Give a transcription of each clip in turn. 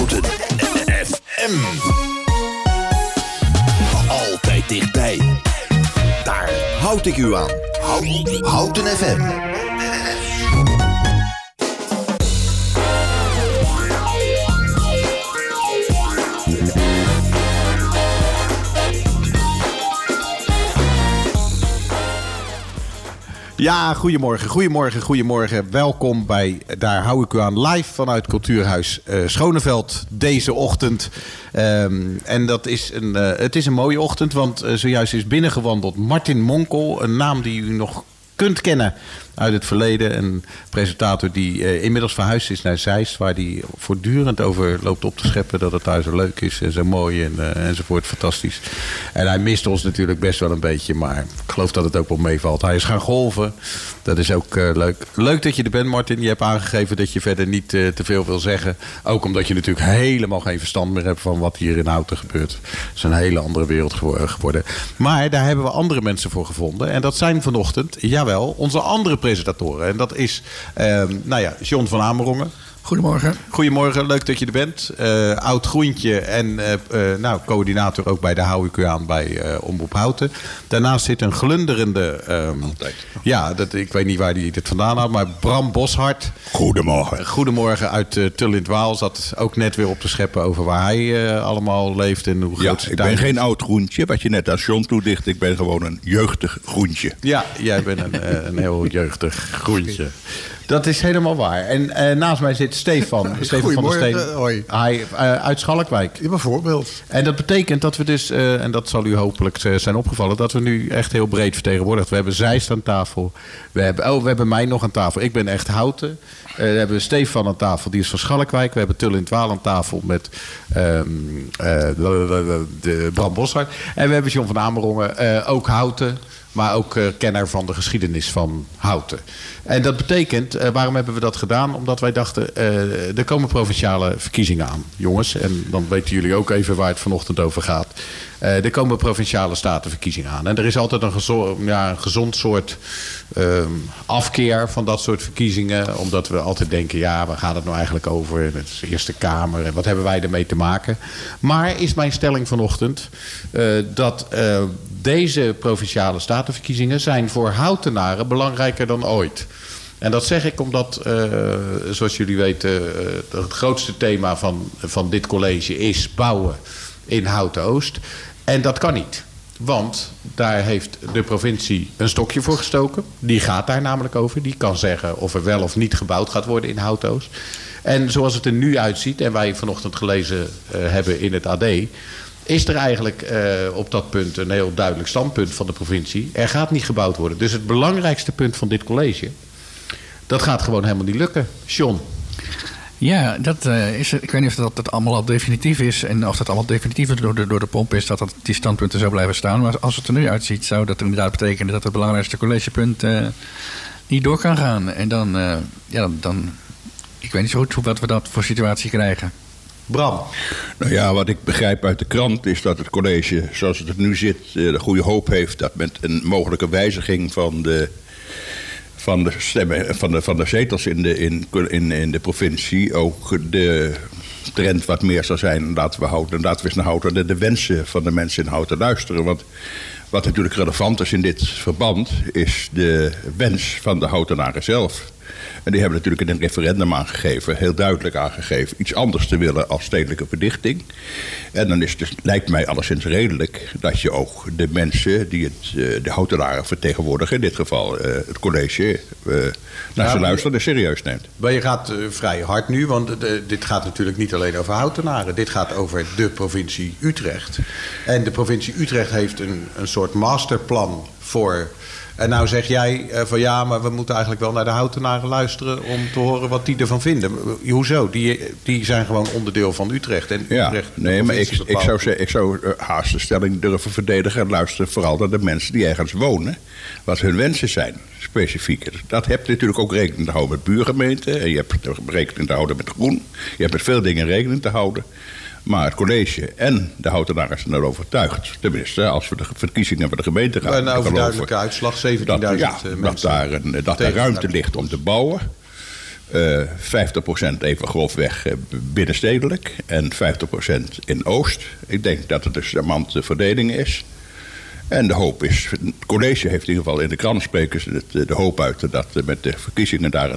Houten FM. Altijd dichtbij. Daar houd ik u aan. Houten FM. Ja, goedemorgen. Welkom bij Daar hou ik u aan live vanuit Cultuurhuis Schoneveld deze ochtend. En het is een mooie ochtend, want zojuist is binnengewandeld Martin Monkel. Een naam die u nog kunt kennen uit het verleden. Een presentator die inmiddels verhuisd is naar Zeist, waar hij voortdurend over loopt op te scheppen dat het daar zo leuk is en zo mooi enzovoort. Fantastisch. En hij mist ons natuurlijk best wel een beetje, maar ik geloof dat het ook wel meevalt. Hij is gaan golven. Dat is ook leuk. Leuk dat je er bent, Martin. Je hebt aangegeven dat je verder niet te veel wil zeggen. Ook omdat je natuurlijk helemaal geen verstand meer hebt van wat hier in Houten gebeurt. Het is een hele andere wereld geworden. Maar daar hebben we andere mensen voor gevonden. En dat zijn vanochtend, jawel, onze andere presentatoren. En dat is, John van Amerongen. Goedemorgen, leuk dat je er bent. Oud groentje en coördinator ook bij de Hou ik u aan bij Omroep Houten. Daarnaast zit een glunderende... ik weet niet waar hij dit vandaan had, maar Bram Boshart. Goedemorgen uit Tullintwaal. Zat ook net weer op te scheppen over waar hij allemaal leeft en hoe groot ik ben geen oud groentje, wat je net aan John toedicht. Ik ben gewoon een jeugdig groentje. Ja, jij bent een heel jeugdig groentje. Dat is helemaal waar. En naast mij zit Stefan. Stefan van der Steen. Hoi. Uit Schalkwijk. Ja, bijvoorbeeld. En dat betekent dat we dus, en dat zal u hopelijk zijn opgevallen, dat we nu echt heel breed vertegenwoordigd. We hebben Zeist aan tafel. We hebben mij nog aan tafel. Ik ben echt Houten. We hebben Stefan aan tafel, die is van Schalkwijk. We hebben Tullintwaal aan tafel met de Bram Boshart. En we hebben John van Amerongen, ook Houten. Maar ook kenner van de geschiedenis van Houten. En dat betekent, waarom hebben we dat gedaan? Omdat wij dachten, er komen provinciale verkiezingen aan, jongens. En dan weten jullie ook even waar het vanochtend over gaat. Er komen provinciale statenverkiezingen aan. En er is altijd een gezond soort afkeer van dat soort verkiezingen. Omdat we altijd denken, waar gaat het nou eigenlijk over? Het is de Eerste Kamer en wat hebben wij ermee te maken? Maar is mijn stelling vanochtend dat deze provinciale statenverkiezingen zijn voor Houtenaren belangrijker dan ooit. En dat zeg ik omdat, zoals jullie weten, het grootste thema van dit college is bouwen in Houten-Oost. En dat kan niet. Want daar heeft de provincie een stokje voor gestoken. Die gaat daar namelijk over. Die kan zeggen of er wel of niet gebouwd gaat worden in Houten-Oost. En zoals het er nu uitziet, en wij vanochtend gelezen hebben in het AD, is er eigenlijk op dat punt een heel duidelijk standpunt van de provincie. Er gaat niet gebouwd worden. Dus het belangrijkste punt van dit college, dat gaat gewoon helemaal niet lukken. John. Ja, ik weet niet of dat allemaal al definitief is. En of dat allemaal definitief door de pomp is, dat die standpunten zo blijven staan. Maar als het er nu uitziet, zou dat inderdaad betekenen dat het belangrijkste collegepunt niet door kan gaan. En dan ik weet niet zo goed wat we dat voor situatie krijgen. Bram. Nou ja, wat ik begrijp uit de krant is dat het college, zoals het er nu zit, de goede hoop heeft dat met een mogelijke wijziging van de stemmen, van de zetels in de provincie ook de trend wat meer zou zijn. Laten we eens naar Houten de wensen van de mensen in Houten luisteren. Want wat natuurlijk relevant is in dit verband is de wens van de Houtenaren zelf. En die hebben natuurlijk in een referendum aangegeven, heel duidelijk aangegeven, iets anders te willen als stedelijke verdichting. En dan is het dus, lijkt mij alleszins redelijk dat je ook de mensen die de Houtenaren vertegenwoordigen, in dit geval het college, naar ze luisteren en serieus neemt. Maar je gaat vrij hard nu, want dit gaat natuurlijk niet alleen over Houtenaren. Dit gaat over de provincie Utrecht. En de provincie Utrecht heeft een soort masterplan voor. En nou zeg jij van maar we moeten eigenlijk wel naar de Houtenaren luisteren om te horen wat die ervan vinden. Hoezo? Die zijn gewoon onderdeel van Utrecht. En Utrecht, maar ik zou haast de stelling durven verdedigen en luisteren vooral naar de mensen die ergens wonen. Wat hun wensen zijn, specifiek. Dat heb je natuurlijk ook rekening te houden met buurgemeenten. En je hebt rekening te houden met groen. Je hebt met veel dingen rekening te houden. Maar het college en de Houtenaren zijn er overtuigd. Tenminste, als we de verkiezingen van de gemeente gaan. Een overduidelijke uitslag, 17.000 mensen. Dat daar ruimte ligt om te bouwen. 50% even grofweg binnenstedelijk en 50% in Oost. Ik denk dat het een charmante verdeling is. En de hoop is, het college heeft in ieder geval in de krant spreken de hoop uit dat met de verkiezingen daar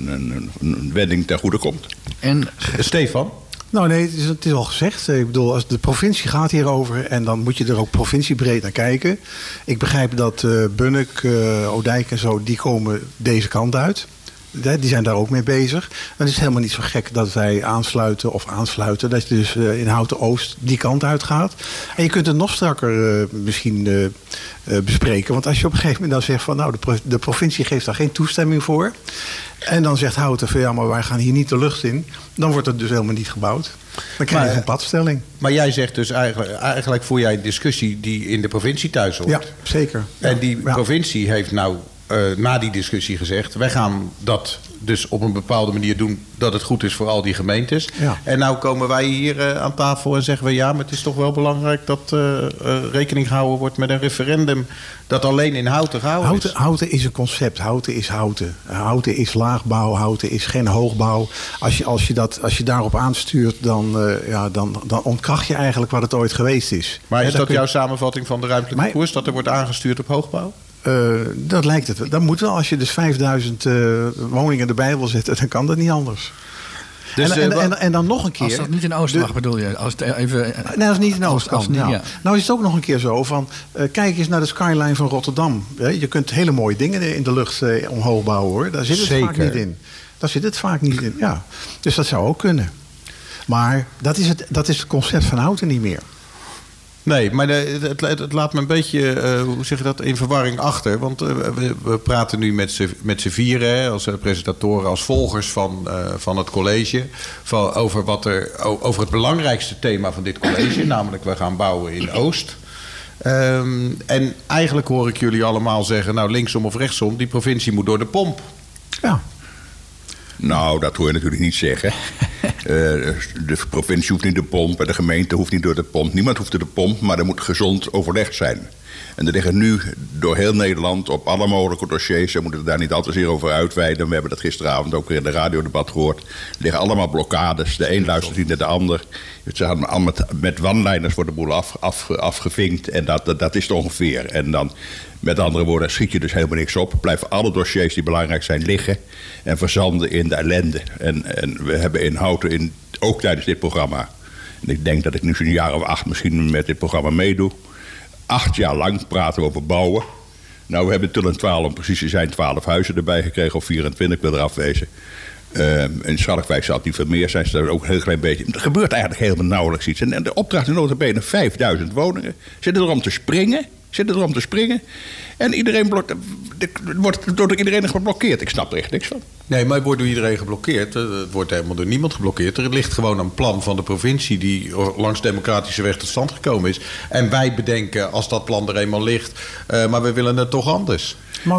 een wending ten goede komt. En Stefan? Nou nee, het is al gezegd. Ik bedoel, als de provincie gaat hierover en dan moet je er ook provinciebreed naar kijken. Ik begrijp dat Bunnik, Odijk en zo, die komen deze kant uit. Die zijn daar ook mee bezig. Dan is het helemaal niet zo gek dat wij aansluiten. Dat je dus in Houten-Oost die kant uitgaat. En je kunt het nog strakker misschien bespreken. Want als je op een gegeven moment dan zegt van nou, de provincie geeft daar geen toestemming voor. En dan zegt Houten van ja, maar wij gaan hier niet de lucht in. Dan wordt het dus helemaal niet gebouwd. Dan krijg je een padstelling. Maar jij zegt dus eigenlijk voer jij een discussie die in de provincie thuis hoort. Ja, zeker. En die provincie heeft nou na die discussie gezegd, wij gaan dat dus op een bepaalde manier doen dat het goed is voor al die gemeentes. Ja. En nou komen wij hier aan tafel en zeggen we ja, maar het is toch wel belangrijk dat rekening gehouden wordt met een referendum dat alleen in Houten gehouden is. Houten is een concept. Houten is Houten. Houten is laagbouw. Houten is geen hoogbouw. Als je daarop aanstuurt, dan ontkracht je eigenlijk wat het ooit geweest is. Maar is dat jouw samenvatting van de ruimtelijke koers, dat er wordt aangestuurd op hoogbouw? Dat lijkt het. Dat moet wel. Als je dus 5000 woningen erbij wil zetten, dan kan dat niet anders. Dus, en dan nog een keer. Als dat niet in Oost mag, bedoel je? Als het even, nee, als het niet in Oost kan. Nou is het ook nog een keer zo van, kijk eens naar de skyline van Rotterdam. Je kunt hele mooie dingen in de lucht omhoog bouwen hoor. Daar zit het vaak niet in. Daar zit het vaak niet in. Ja. Dus dat zou ook kunnen. Maar dat is het concept van Houten niet meer. Nee, maar het laat me een beetje, hoe zeg je dat, in verwarring achter. Want we praten nu met z'n vieren, hè, als presentatoren, als volgers van het college. Over het belangrijkste thema van dit college, namelijk we gaan bouwen in Oost. En eigenlijk hoor ik jullie allemaal zeggen, nou linksom of rechtsom, die provincie moet door de pomp. Ja. Nou, dat hoor je natuurlijk niet zeggen. De provincie hoeft niet de pomp en de gemeente hoeft niet door de pomp. Niemand hoeft door de pomp, maar er moet gezond overleg zijn. En er liggen nu door heel Nederland op alle mogelijke dossiers. We moeten daar niet al te zeer over uitweiden. We hebben dat gisteravond ook weer in de radiodebat gehoord. Er liggen allemaal blokkades. De een luistert niet naar de ander. Ze gaan allemaal met one-liners voor de boel afgevinkt. En dat is het ongeveer. En dan, met andere woorden, schiet je dus helemaal niks op. Blijven alle dossiers die belangrijk zijn liggen. En verzanden in de ellende. En we hebben in Houten, ook tijdens dit programma. En ik denk dat ik nu zo'n jaar of 8 misschien met dit programma meedoe. 8 jaar lang praten we over bouwen. Nou, we hebben Tullentwaal 12, om precies te zijn, 12 huizen erbij gekregen. Of 24, ik wil eraf wezen. In Schalkwijk zal het niet veel meer zijn. Ze ook een heel klein beetje. Er gebeurt eigenlijk helemaal nauwelijks iets. En de opdracht is nota bene 5000 woningen. Zitten er om te springen. En iedereen wordt door iedereen geblokkeerd. Ik snap er echt niks van. Nee, maar het wordt door iedereen geblokkeerd. Het wordt helemaal door niemand geblokkeerd. Er ligt gewoon een plan van de provincie die langs democratische weg tot stand gekomen is. En wij bedenken, als dat plan er eenmaal ligt, maar we willen het toch anders. Maar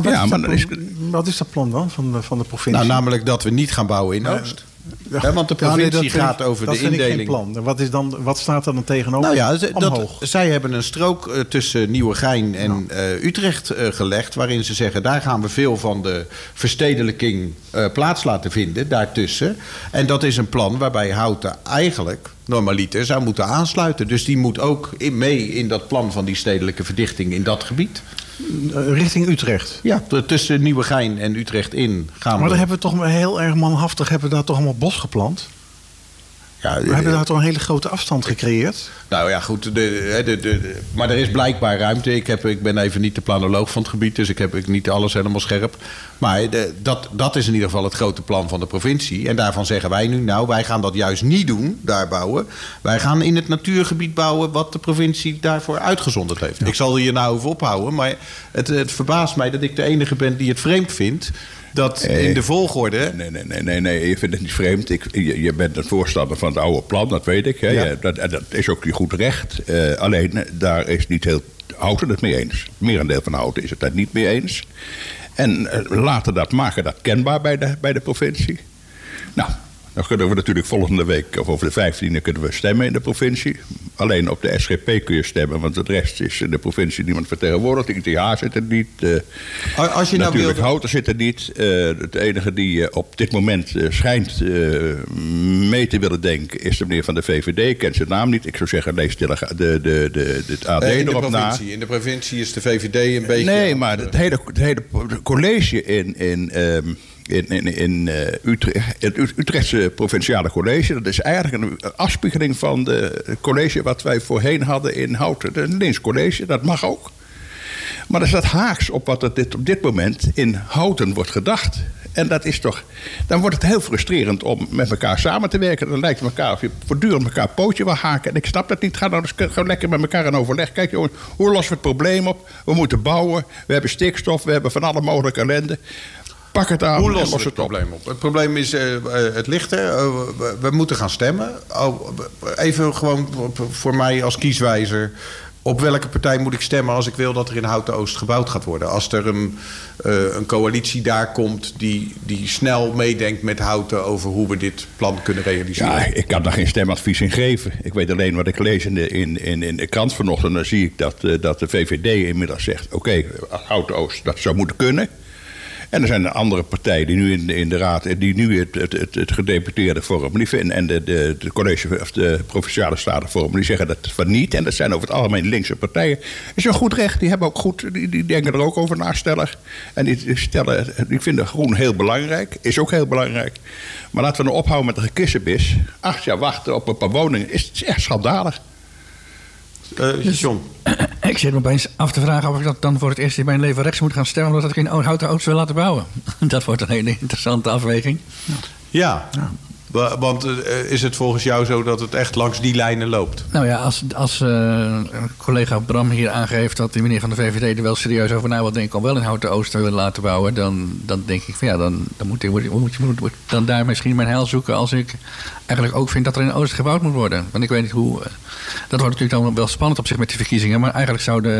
wat is dat plan dan van de provincie? Nou, namelijk dat we niet gaan bouwen in Oost. Ja, want de provincie gaat over de indeling. Dat vind ik geen plan. Wat staat er dan tegenover? Nou ja, zij hebben een strook tussen Nieuwegein en Utrecht gelegd, waarin ze zeggen, daar gaan we veel van de verstedelijking plaats laten vinden, daartussen. En dat is een plan waarbij Houten eigenlijk normaliter zou moeten aansluiten. Dus die moet ook mee in dat plan van die stedelijke verdichting in dat gebied. Richting Utrecht? Ja, tussen Nieuwegein en Utrecht in gaan we. Maar dan hebben we toch heel erg manhaftig daar toch allemaal bos geplant? Ja, we hebben daar toch een hele grote afstand gecreëerd? Nou ja, goed. Maar er is blijkbaar ruimte. Ik ben even niet de planoloog van het gebied, dus ik heb niet alles helemaal scherp. Maar dat is in ieder geval het grote plan van de provincie. En daarvan zeggen wij nu, nou, wij gaan dat juist niet doen, daar bouwen. Wij gaan in het natuurgebied bouwen wat de provincie daarvoor uitgezonderd heeft. Ja. Ik zal hier nou over ophouden, maar het verbaast mij dat ik de enige ben die het vreemd vindt. Dat in de volgorde... Nee, je vindt het niet vreemd. Je bent een voorstander van het oude plan, dat weet ik. Hè. Ja. Dat is ook niet goed recht. Alleen, daar is niet heel Houten het mee eens. Merendeel van Houten is het daar niet mee eens. En laten maken dat kenbaar bij de provincie. Nou, dan kunnen we natuurlijk volgende week, of over de 15e, kunnen we stemmen in de provincie. Alleen op de SGP kun je stemmen, want de rest is in de provincie niemand vertegenwoordigd. ITH zit er niet. Als je natuurlijk Houten zit er niet. Het enige die op dit moment schijnt mee te willen denken is de meneer van de VVD. Ik ken zijn naam niet. Ik zou zeggen, lees het AD erop na. In de provincie is de VVD een beetje... Nee, maar het hele college in Utrecht, het Utrechtse Provinciale College, dat is eigenlijk een afspiegeling van het college wat wij voorheen hadden in Houten. Het is een links college, dat mag ook. Maar dat staat haaks op wat op dit moment in Houten wordt gedacht. En dat is toch... Dan wordt het heel frustrerend om met elkaar samen te werken. Dan lijkt het elkaar of je voortdurend elkaar pootje wil haken. En ik snap dat niet. Ga nou eens gewoon lekker met elkaar in overleg. Kijk jongen, hoe lossen we het probleem op? We moeten bouwen. We hebben stikstof. We hebben van alle mogelijke ellende. Pak het aan. Hoe lossen we het probleem op? Het probleem is, het ligt er. We moeten gaan stemmen. Even gewoon voor mij als kieswijzer. Op welke partij moet ik stemmen als ik wil dat er in Houten-Oost gebouwd gaat worden? Als er een coalitie daar komt die snel meedenkt met Houten over hoe we dit plan kunnen realiseren. Ja, ik kan daar geen stemadvies in geven. Ik weet alleen wat ik lees in de krant vanochtend. Dan zie ik dat de VVD inmiddels zegt, oké, Houten-Oost, dat zou moeten kunnen. En er zijn andere partijen die nu in de raad, die nu het gedeputeerde vormen, en de college of de provinciale staten vormen, die zeggen dat van niet. En dat zijn over het algemeen linkse partijen. Dat is een goed recht. Die hebben ook goed, die denken er ook over na stellig. En die vinden groen heel belangrijk. Is ook heel belangrijk. Maar laten we nou ophouden met de gekissenbis. 8 jaar wachten op een paar woningen is echt schandalig. John. Ik zit me opeens af te vragen of ik dat dan voor het eerst in mijn leven rechts moet gaan stemmen, omdat ik in Houten-Oost wil laten bouwen. Dat wordt een hele interessante afweging. Ja. Want is het volgens jou zo dat het echt langs die lijnen loopt? Nou ja, als collega Bram hier aangeeft dat die meneer van de VVD er wel serieus over na wil denken om wel in Houten-Oost te willen laten bouwen, dan denk ik van ja, dan moet ik dan daar misschien mijn heil zoeken als ik eigenlijk ook vind dat er in Oost gebouwd moet worden. Want ik weet niet hoe... Dat wordt natuurlijk dan wel spannend op zich met die verkiezingen, maar eigenlijk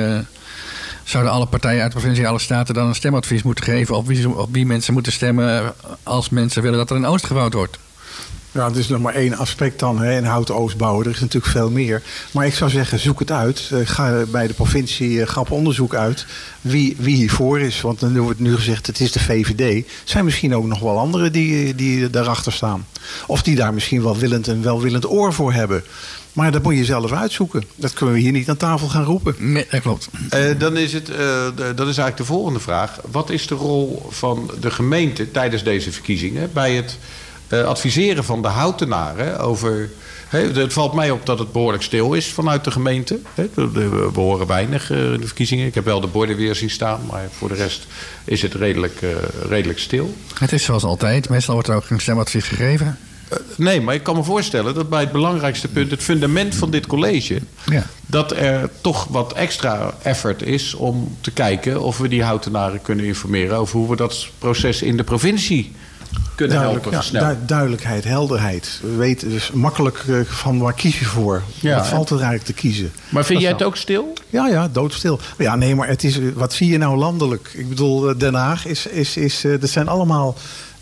zouden alle partijen uit de provinciale staten dan een stemadvies moeten geven op wie mensen moeten stemmen als mensen willen dat er in Oost gebouwd wordt. Ja, het is nog maar één aspect dan, in Houten-Oost bouwen. Er is natuurlijk veel meer. Maar ik zou zeggen, zoek het uit. Ga bij de provincie, ga op onderzoek uit wie hiervoor is. Want dan wordt nu gezegd, het is de VVD. Er zijn misschien ook nog wel anderen die daarachter staan. Of die daar misschien wel een welwillend oor voor hebben. Maar dat moet je zelf uitzoeken. Dat kunnen we hier niet aan tafel gaan roepen. Nee, dat klopt. Dan is dat is eigenlijk de volgende vraag. Wat is de rol van de gemeente tijdens deze verkiezingen bij het adviseren van de Houtenaren over... Het valt mij op dat het behoorlijk stil is vanuit de gemeente. We horen weinig in de verkiezingen. Ik heb wel de borden weer zien staan, maar voor de rest is het redelijk stil. Het is zoals altijd. Meestal wordt er ook een stemadvies gegeven. Nee, maar ik kan me voorstellen dat bij het belangrijkste punt, het fundament van dit college, dat er toch wat extra effort is om te kijken of we die Houtenaren kunnen informeren over hoe we dat proces in de provincie kunnen helpen versnellen. Duidelijkheid, helderheid. We weten dus makkelijk van waar kies je voor. Ja, wat valt er eigenlijk te kiezen? Maar vind jij het ook stil? Ja, doodstil. Ja, nee, maar het is, wat zie je nou landelijk? Ik bedoel, Den Haag dat zijn allemaal...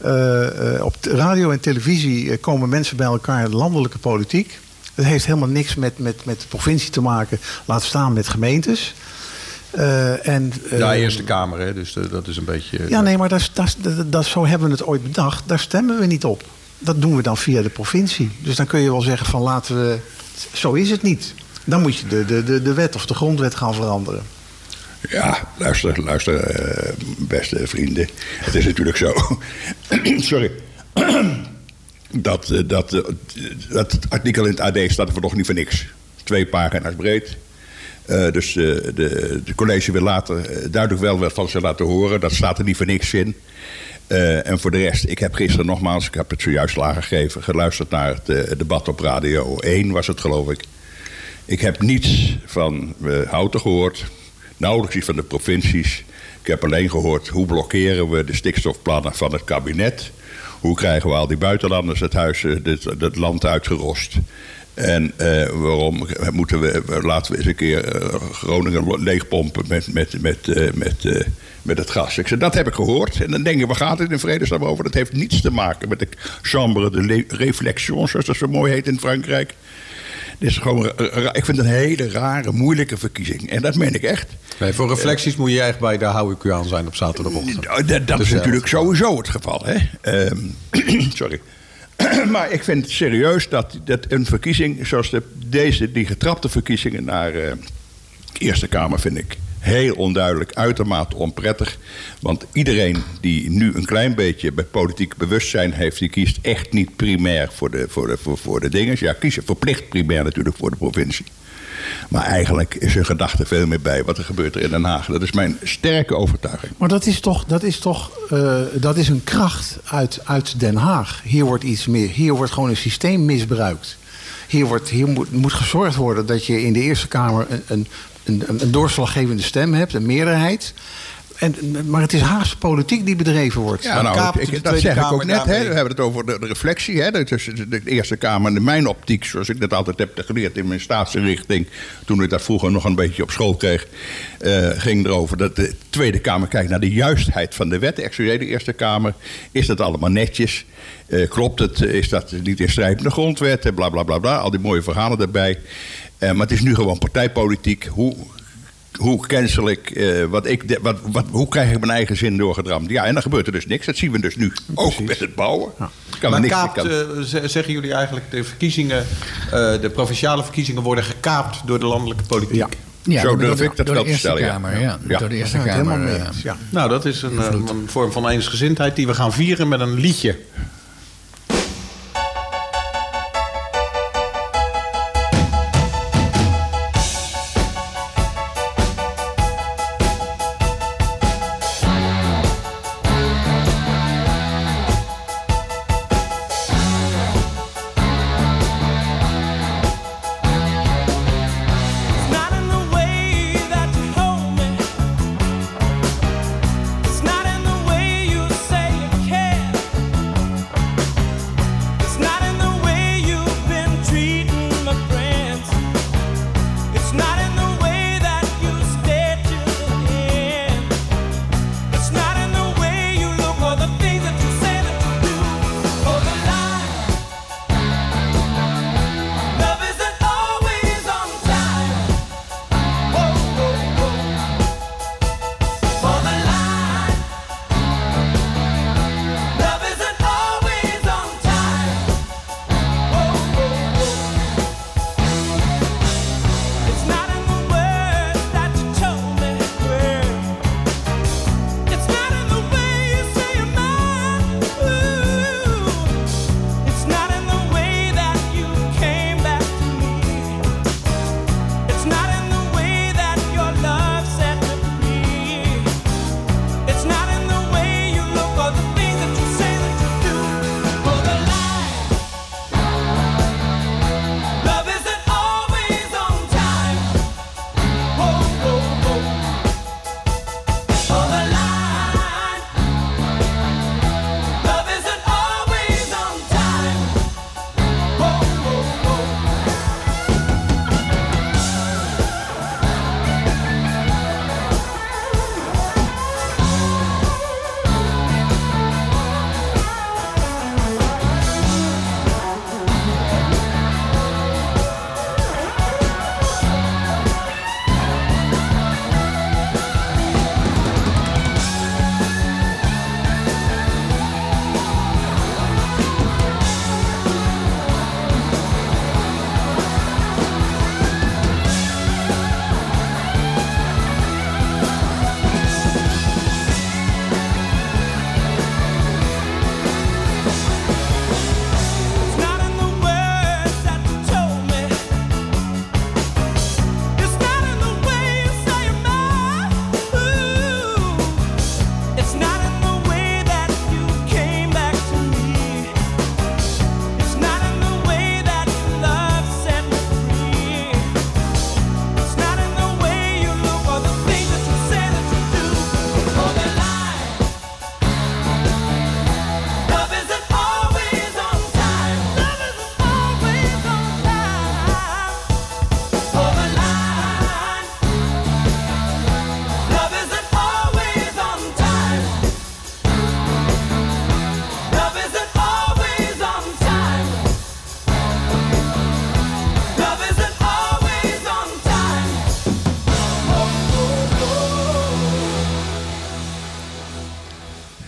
op radio en televisie komen mensen bij elkaar, landelijke politiek. Het heeft helemaal niks met de provincie te maken, laat staan met gemeentes. Eerste Kamer, hè? Dus dat is een beetje... Ja, nee, maar zo hebben we het ooit bedacht. Daar stemmen we niet op. Dat doen we dan via de provincie. Dus dan kun je wel zeggen van laten we... Zo is het niet. Dan moet je de wet of de grondwet gaan veranderen. Ja, luister, beste vrienden. Het is natuurlijk zo. Sorry. Dat het artikel in het AD staat er nog niet voor niks. 2 pagina's breed. Dus de college wil later duidelijk wel wat van ze laten horen. Dat staat er niet voor niks in. En voor de rest, ik heb gisteren nogmaals, ik heb het zojuist aangegeven, geluisterd naar het debat op Radio 1 was het geloof ik. Ik heb niets van Houten gehoord. Nauwelijks iets van de provincies. Ik heb alleen gehoord hoe blokkeren we de stikstofplannen van het kabinet. Hoe krijgen we al die buitenlanders het land uitgerost. En waarom laten we eens een keer Groningen leegpompen met het gas. Ik zei, dat heb ik gehoord. En dan denk je, waar gaat het in vredesnaam over? Dat heeft niets te maken met de chambre de réflexion, zoals dat zo mooi heet in Frankrijk. is gewoon, ik vind het een hele rare, moeilijke verkiezing. En dat meen ik echt. Nee, voor reflecties moet je echt bij de hou ik u aan zijn op zaterdagochtend. Dat is natuurlijk sowieso het geval. Hè? Sorry. Maar ik vind het serieus dat een verkiezing zoals die getrapte verkiezingen naar de Eerste Kamer vind ik heel onduidelijk, uitermate onprettig. Want iedereen die nu een klein beetje bij politiek bewustzijn heeft, die kiest echt niet primair voor de dingen. Ja, kiezen verplicht primair natuurlijk voor de provincie. Maar eigenlijk is hun gedachte veel meer bij wat er gebeurt er in Den Haag. Dat is mijn sterke overtuiging. Maar dat is een kracht uit Den Haag. Hier wordt iets meer. Hier wordt gewoon een systeem misbruikt. Hier moet gezorgd worden dat je in de Eerste Kamer een doorslaggevende stem hebt, een meerderheid. Maar het is Haagse politiek die bedreven wordt. Ja, dat zeg ik ook net. Hè. We hebben het over de reflectie. Hè. Tussen de Eerste Kamer en mijn optiek, zoals ik dat altijd heb geleerd in mijn staatsinrichting. Toen ik dat vroeger nog een beetje op school kreeg, ging erover dat de Tweede Kamer kijkt naar de juistheid van de wet. De Eerste Kamer, is dat allemaal netjes? Klopt het? Is dat niet in strijd met de grondwet? Bla bla bla bla. Al die mooie verhalen erbij. Maar het is nu gewoon partijpolitiek. Hoe cancel ik, hoe krijg ik mijn eigen zin doorgedramd? Ja, en dan gebeurt er dus niks. Dat zien we dus nu ook met het bouwen. Ja. Maar zeggen jullie eigenlijk de verkiezingen, de provinciale verkiezingen worden gekaapt door de landelijke politiek? Ja. Ja, Zo durf ik dat wel te stellen. Door de Eerste Kamer. Ja. Nou, dat is een vorm van eensgezindheid die we gaan vieren met een liedje. It's not in the way you say you care.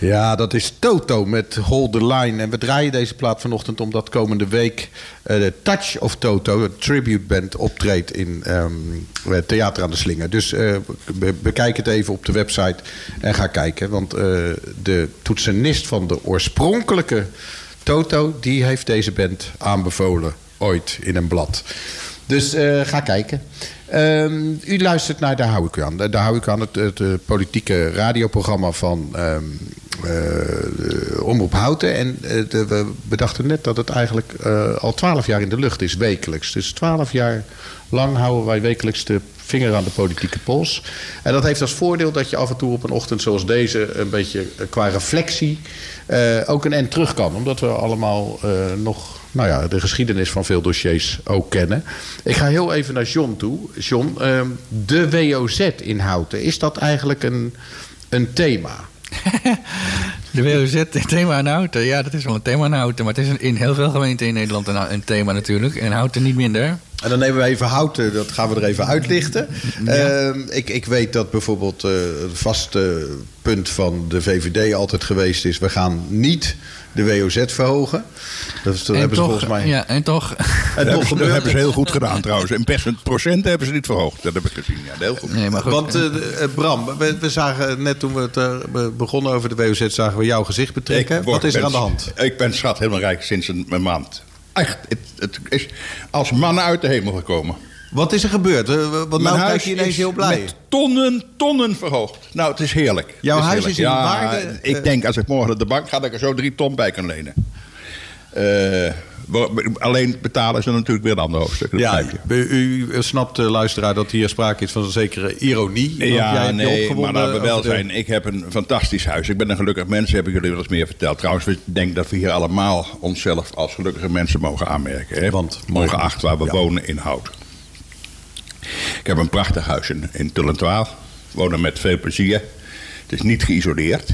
Ja, dat is Toto met Hold the Line. En we draaien deze plaat vanochtend omdat komende week de Touch of Toto, een tributeband, optreedt in Theater aan de Slinger. Dus bekijk het even op de website en ga kijken. Want de toetsenist van de oorspronkelijke Toto, die heeft deze band aanbevolen ooit in een blad. Dus ga kijken. U luistert naar Daar hou ik u aan. Daar hou ik aan, het politieke radioprogramma van Omroep Houten. En we bedachten net dat het eigenlijk al 12 jaar in de lucht is, wekelijks. Dus 12 jaar lang houden wij wekelijks de vinger aan de politieke pols. En dat heeft als voordeel dat je af en toe op een ochtend zoals deze een beetje qua reflectie ook een end terug kan. Omdat we allemaal nog de geschiedenis van veel dossiers ook kennen. Ik ga heel even naar John toe. John, de WOZ in Houten, is dat eigenlijk een thema? De WOZ, een thema in Houten. Ja, dat is wel een thema in Houten. Maar het is in heel veel gemeenten in Nederland een thema natuurlijk. En Houten niet minder. En dan nemen we even Houten, dat gaan we er even uitlichten. Ja. Ik weet dat bijvoorbeeld het vaste punt van de VVD altijd geweest is: we gaan niet de WOZ verhogen. Dat hebben ze volgens mij. Ja, en toch. En toch dat hebben ze heel goed gedaan trouwens. In procent hebben ze niet verhoogd. Dat heb ik gezien. Ja, heel goed. Nee, maar goed. Want Bram, we zagen net toen we het begonnen over de WOZ, zagen we jouw gezicht betrekken. Wat is er aan de hand? Ik ben schat helemaal rijk sinds een maand. Echt, het is als mannen uit de hemel gekomen. Wat is er gebeurd? Want nou kijk je ineens heel blij. Met tonnen verhoogd. Nou, het is heerlijk. Jouw huis heerlijk. is in waarde... Ik denk als ik morgen naar de bank ga, dat ik er zo 3 ton bij kan lenen. Alleen betalen is dan natuurlijk weer een ander hoofdstuk. Ja, u snapt, luisteraar, dat hier sprake is van een zekere ironie. Ja, nee, maar laten we wel zijn. Ik heb een fantastisch huis. Ik ben een gelukkig mens, heb ik jullie wel eens meer verteld. Trouwens, ik denk dat we hier allemaal onszelf als gelukkige mensen mogen aanmerken. Hè? Want mogen achten waar we wonen in Houten. Ik heb een prachtig huis in Tullentwaal. Wonen met veel plezier. Het is niet geïsoleerd.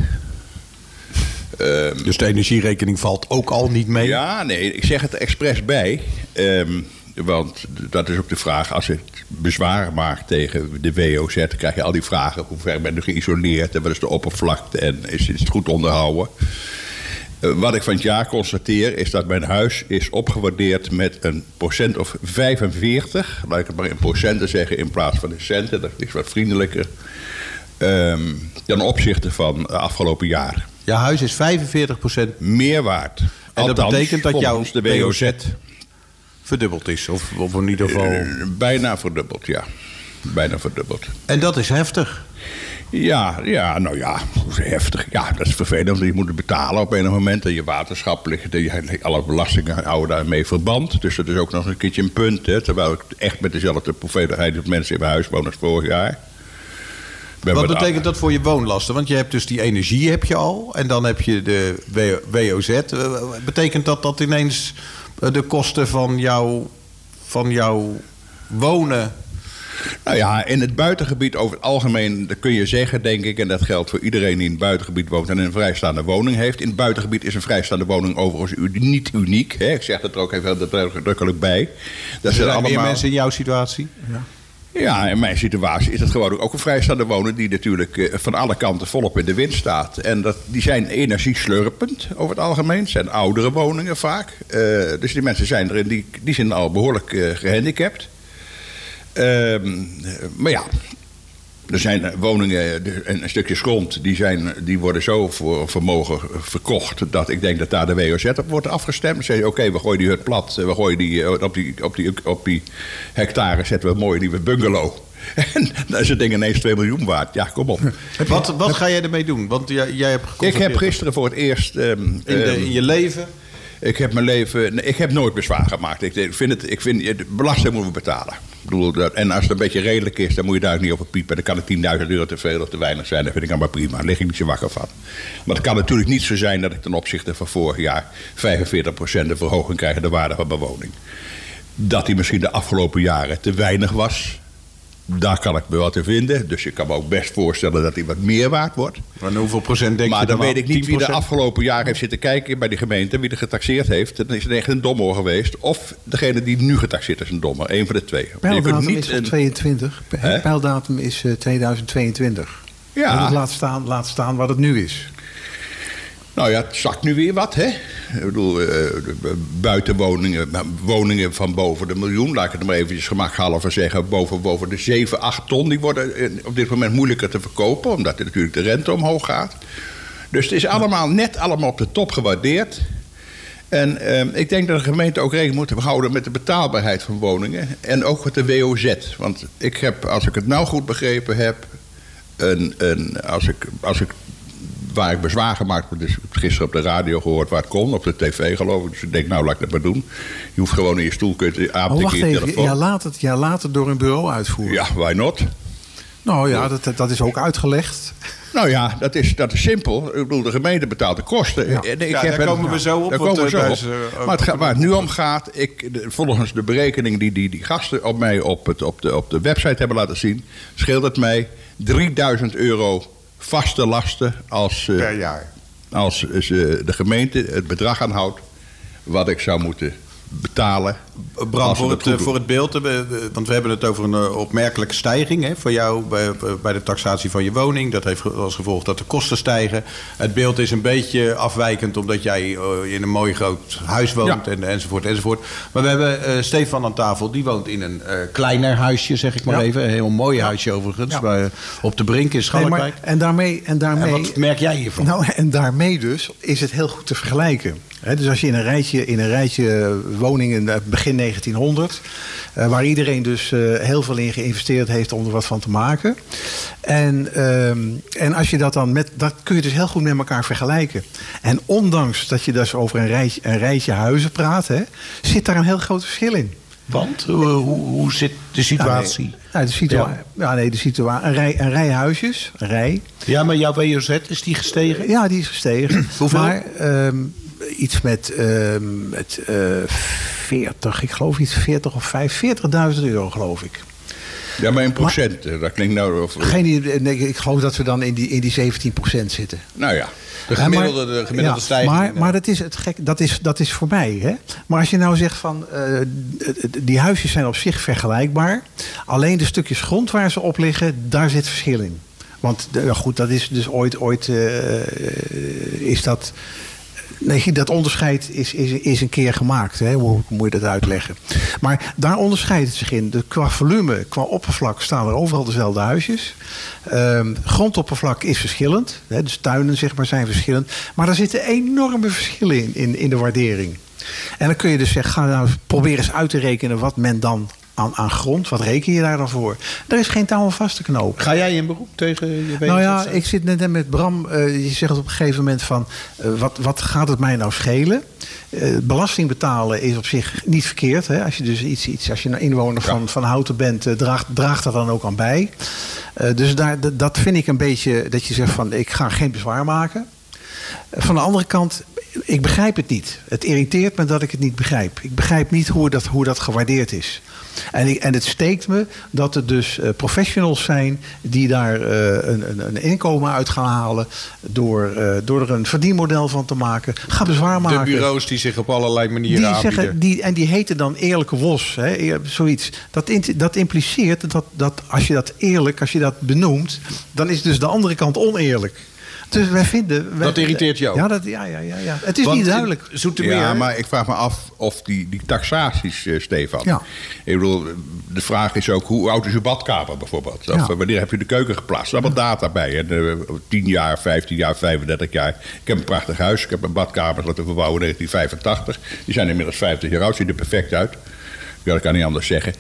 Dus de energierekening valt ook al niet mee? Ja, nee, ik zeg het er expres bij. Want dat is ook de vraag. Als je bezwaar maakt tegen de WOZ, dan krijg je al die vragen. Hoe ver ben je geïsoleerd? En wat is de oppervlakte? En is het goed onderhouden? Wat ik van het jaar constateer is dat mijn huis is opgewaardeerd met een procent of 45. Laat ik het maar in procenten zeggen in plaats van in centen. Dat is wat vriendelijker. Ten opzichte van de afgelopen jaar. Jouw huis is 45% meer waard. En althans, dat betekent dat jouw de WOZ verdubbeld is? Of in ieder geval... bijna verdubbeld, ja. Bijna verdubbeld. En dat is heftig. Ja, nou ja, heftig. Ja, dat is vervelend, want je moet het betalen op een moment. En je waterschap ligt, alle belastingen houden daarmee verband. Dus dat is ook nog een keertje een punt. Hè, terwijl ik echt met dezelfde hoeveelheid mensen in mijn huis woon als vorig jaar. Wat betekent dat voor je woonlasten? Want je hebt dus die energie heb je al. En dan heb je de WOZ. Betekent dat ineens de kosten van jouw wonen... Nou ja, in het buitengebied over het algemeen kun je zeggen, denk ik... en dat geldt voor iedereen die in het buitengebied woont en een vrijstaande woning heeft. In het buitengebied is een vrijstaande woning overigens niet uniek. Hè? Ik zeg dat er ook even nadrukkelijk bij. Er zijn allemaal meer mensen in jouw situatie? Ja. Ja, in mijn situatie is het gewoon ook een vrijstaande woning... die natuurlijk van alle kanten volop in de wind staat. En die zijn energieslurpend over het algemeen. Het zijn oudere woningen vaak. Dus die mensen zijn erin, die zijn al behoorlijk gehandicapt. Maar ja, er zijn woningen en stukjes grond... die worden zo voor vermogen verkocht... dat ik denk dat daar de WOZ op wordt afgestemd. Dan zeg je, oké, we gooien die hut plat. We gooien op die hectare zetten we een mooie nieuwe bungalow. En dan is het ding ineens 2 miljoen waard. Ja, kom op. Wat ga jij ermee doen? Want jij hebt ik heb gisteren voor het eerst... in je leven... Ik heb nooit bezwaar gemaakt. Ik vind de belasting moeten we betalen. Ik bedoel, en als het een beetje redelijk is, dan moet je daar ook niet op het piepen. Dan kan het €10.000 te veel of te weinig zijn. Dat vind ik allemaal prima. Daar lig ik niet zo wakker van. Maar het kan natuurlijk niet zo zijn dat ik ten opzichte van vorig jaar 45% de verhoging krijg in de waarde van mijn woning. Dat die misschien de afgelopen jaren te weinig was. Daar kan ik me wat in vinden. Dus ik kan me ook best voorstellen dat die wat meer waard wordt. Maar hoeveel procent denk je? Maar dan weet ik niet wie de afgelopen jaar heeft zitten kijken bij de gemeente. Wie er getaxeerd heeft. Dan is het echt een dommer geweest. Of degene die nu getaxeerd is een dommer. Eén van de twee. Pijldatum is 22. Pijldatum is 2022. Ja. Laat staan wat het nu is. Nou ja, het zakt nu weer wat, hè? Ik bedoel, woningen van boven de miljoen, laat ik het er maar eventjes gemakshalve zeggen, boven de 7, 8 ton, die worden op dit moment moeilijker te verkopen, omdat er natuurlijk de rente omhoog gaat. Dus het is allemaal op de top gewaardeerd. En ik denk dat de gemeente ook rekening moet houden met de betaalbaarheid van woningen. En ook met de WOZ. Want ik heb, als ik het nou goed begrepen heb, waar ik bezwaar gemaakt heb, dus gisteren op de radio gehoord waar het kon, op de tv geloof ik. Dus ik denk, nou laat ik dat maar doen. Je hoeft gewoon in je stoel aan te tikken in je telefoon. Ja, laat het door een bureau uitvoeren. Ja, why not? Nou ja, dat is ook uitgelegd. Nou ja, dat is simpel. Ik bedoel, de gemeente betaalt de kosten. Ja. Daar komen we zo op. Maar waar het nu om gaat, volgens de berekening die gasten op mij op de website hebben laten zien, scheelt het mij €3.000 vaste lasten per jaar. Als de gemeente het bedrag aanhoudt wat ik zou moeten betalen. Bram, voor het beeld, want we hebben het over een opmerkelijke stijging, hè, voor jou bij de taxatie van je woning. Dat heeft als gevolg dat de kosten stijgen. Het beeld is een beetje afwijkend omdat jij in een mooi groot huis woont, ja, enzovoort. Maar we hebben Stefan aan tafel, die woont in een kleiner huisje, zeg ik maar even. Een heel mooi huisje overigens, op de Brink in Schalkwijk. En daarmee, en wat merk jij hiervan? Nou, en daarmee dus is het heel goed te vergelijken. Dus als je in een rijtje woningen begin 1900... waar iedereen dus heel veel in geïnvesteerd heeft om er wat van te maken. En als je dat dan dat kun je dus heel goed met elkaar vergelijken. En ondanks dat je dus over een rijtje huizen praat, zit daar een heel groot verschil in. Want? Hoe zit de situatie? Een rij huisjes. Een rij. Ja, maar jouw WOZ, is die gestegen? Ja, die is gestegen. Hoeveel? Maar iets met 40, ik geloof iets 40 of 40.000 euro, geloof ik. Ja, maar in procent, dat klinkt nou... Ik geloof dat we dan in die 17% zitten. Nou ja. De gemiddelde stijging. Maar dat is het gek, dat is voor mij. Hè? Maar als je nou zegt van die huisjes zijn op zich vergelijkbaar. Alleen de stukjes grond waar ze op liggen, daar zit verschil in. Want goed, dat is dus ooit is dat... Nee, dat onderscheid is een keer gemaakt. Hè? Hoe moet je dat uitleggen? Maar daar onderscheidt het zich in. Qua volume, qua oppervlak staan er overal dezelfde huisjes. Grondoppervlak is verschillend. Hè? Dus tuinen zeg maar, zijn verschillend. Maar er zitten enorme verschillen in de waardering. En dan kun je dus zeggen, ga nou proberen eens uit te rekenen wat men dan aan grond. Wat reken je daar dan voor? Er is geen touw vast te knopen. Ga jij in beroep tegen je WOZ? Nou ja, ik zit net met Bram. Je zegt op een gegeven moment van... wat gaat het mij nou schelen? Belasting betalen is op zich niet verkeerd. Hè? Als je dus als je een inwoner van Houten bent... draagt dat dan ook aan bij. Dus dat vind ik een beetje... dat je zegt van, ik ga geen bezwaar maken. Van de andere kant... Ik begrijp het niet. Het irriteert me dat ik het niet begrijp. Ik begrijp niet hoe dat gewaardeerd is. En het steekt me dat er dus professionals zijn die daar een inkomen uit gaan halen door er een verdienmodel van te maken. Ga bezwaar maken. De bureaus die zich op allerlei manieren aanbieden. Die heten dan eerlijke WOS. Hè, zoiets. Dat impliceert dat als je dat benoemt, dan is dus de andere kant oneerlijk. Dus wij vinden... Dat irriteert jou? Ja. Het is niet duidelijk. Ja, maar ik vraag me af of die taxaties, Stefan. Ja. Ik bedoel, de vraag is ook, hoe oud is uw badkamer bijvoorbeeld? Of wanneer heb je de keuken geplaatst? Er zijn allemaal data bij. 10 jaar, 15 jaar, 35 jaar. Ik heb een prachtig huis. Ik heb een badkamer laten verbouwen in 1985. Die zijn inmiddels 50 jaar oud. Ziet er perfect uit. Ja, dat kan niet anders zeggen.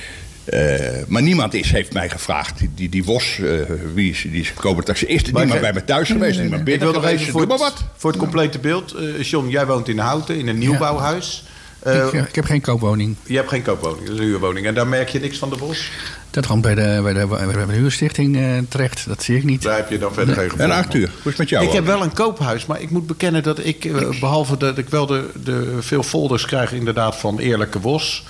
Maar niemand heeft mij gevraagd. Die WOS, wie is komen taxi? Is er niemand bij me thuis geweest? Niemand binnen ik wil nog even voor het complete beeld. John, jij woont in Houten, in een nieuwbouwhuis. Ik heb geen koopwoning. Je hebt geen koopwoning, dat is een huurwoning. En daar merk je niks van de WOS? Dat komt bij de huurstichting terecht. Dat zie ik niet. Daar heb je dan verder geen gevoel. En Arthur, hoe is het met jou? Ik heb wel een koophuis, maar ik moet bekennen dat ik... behalve dat ik wel de veel folders krijg inderdaad van eerlijke WOS...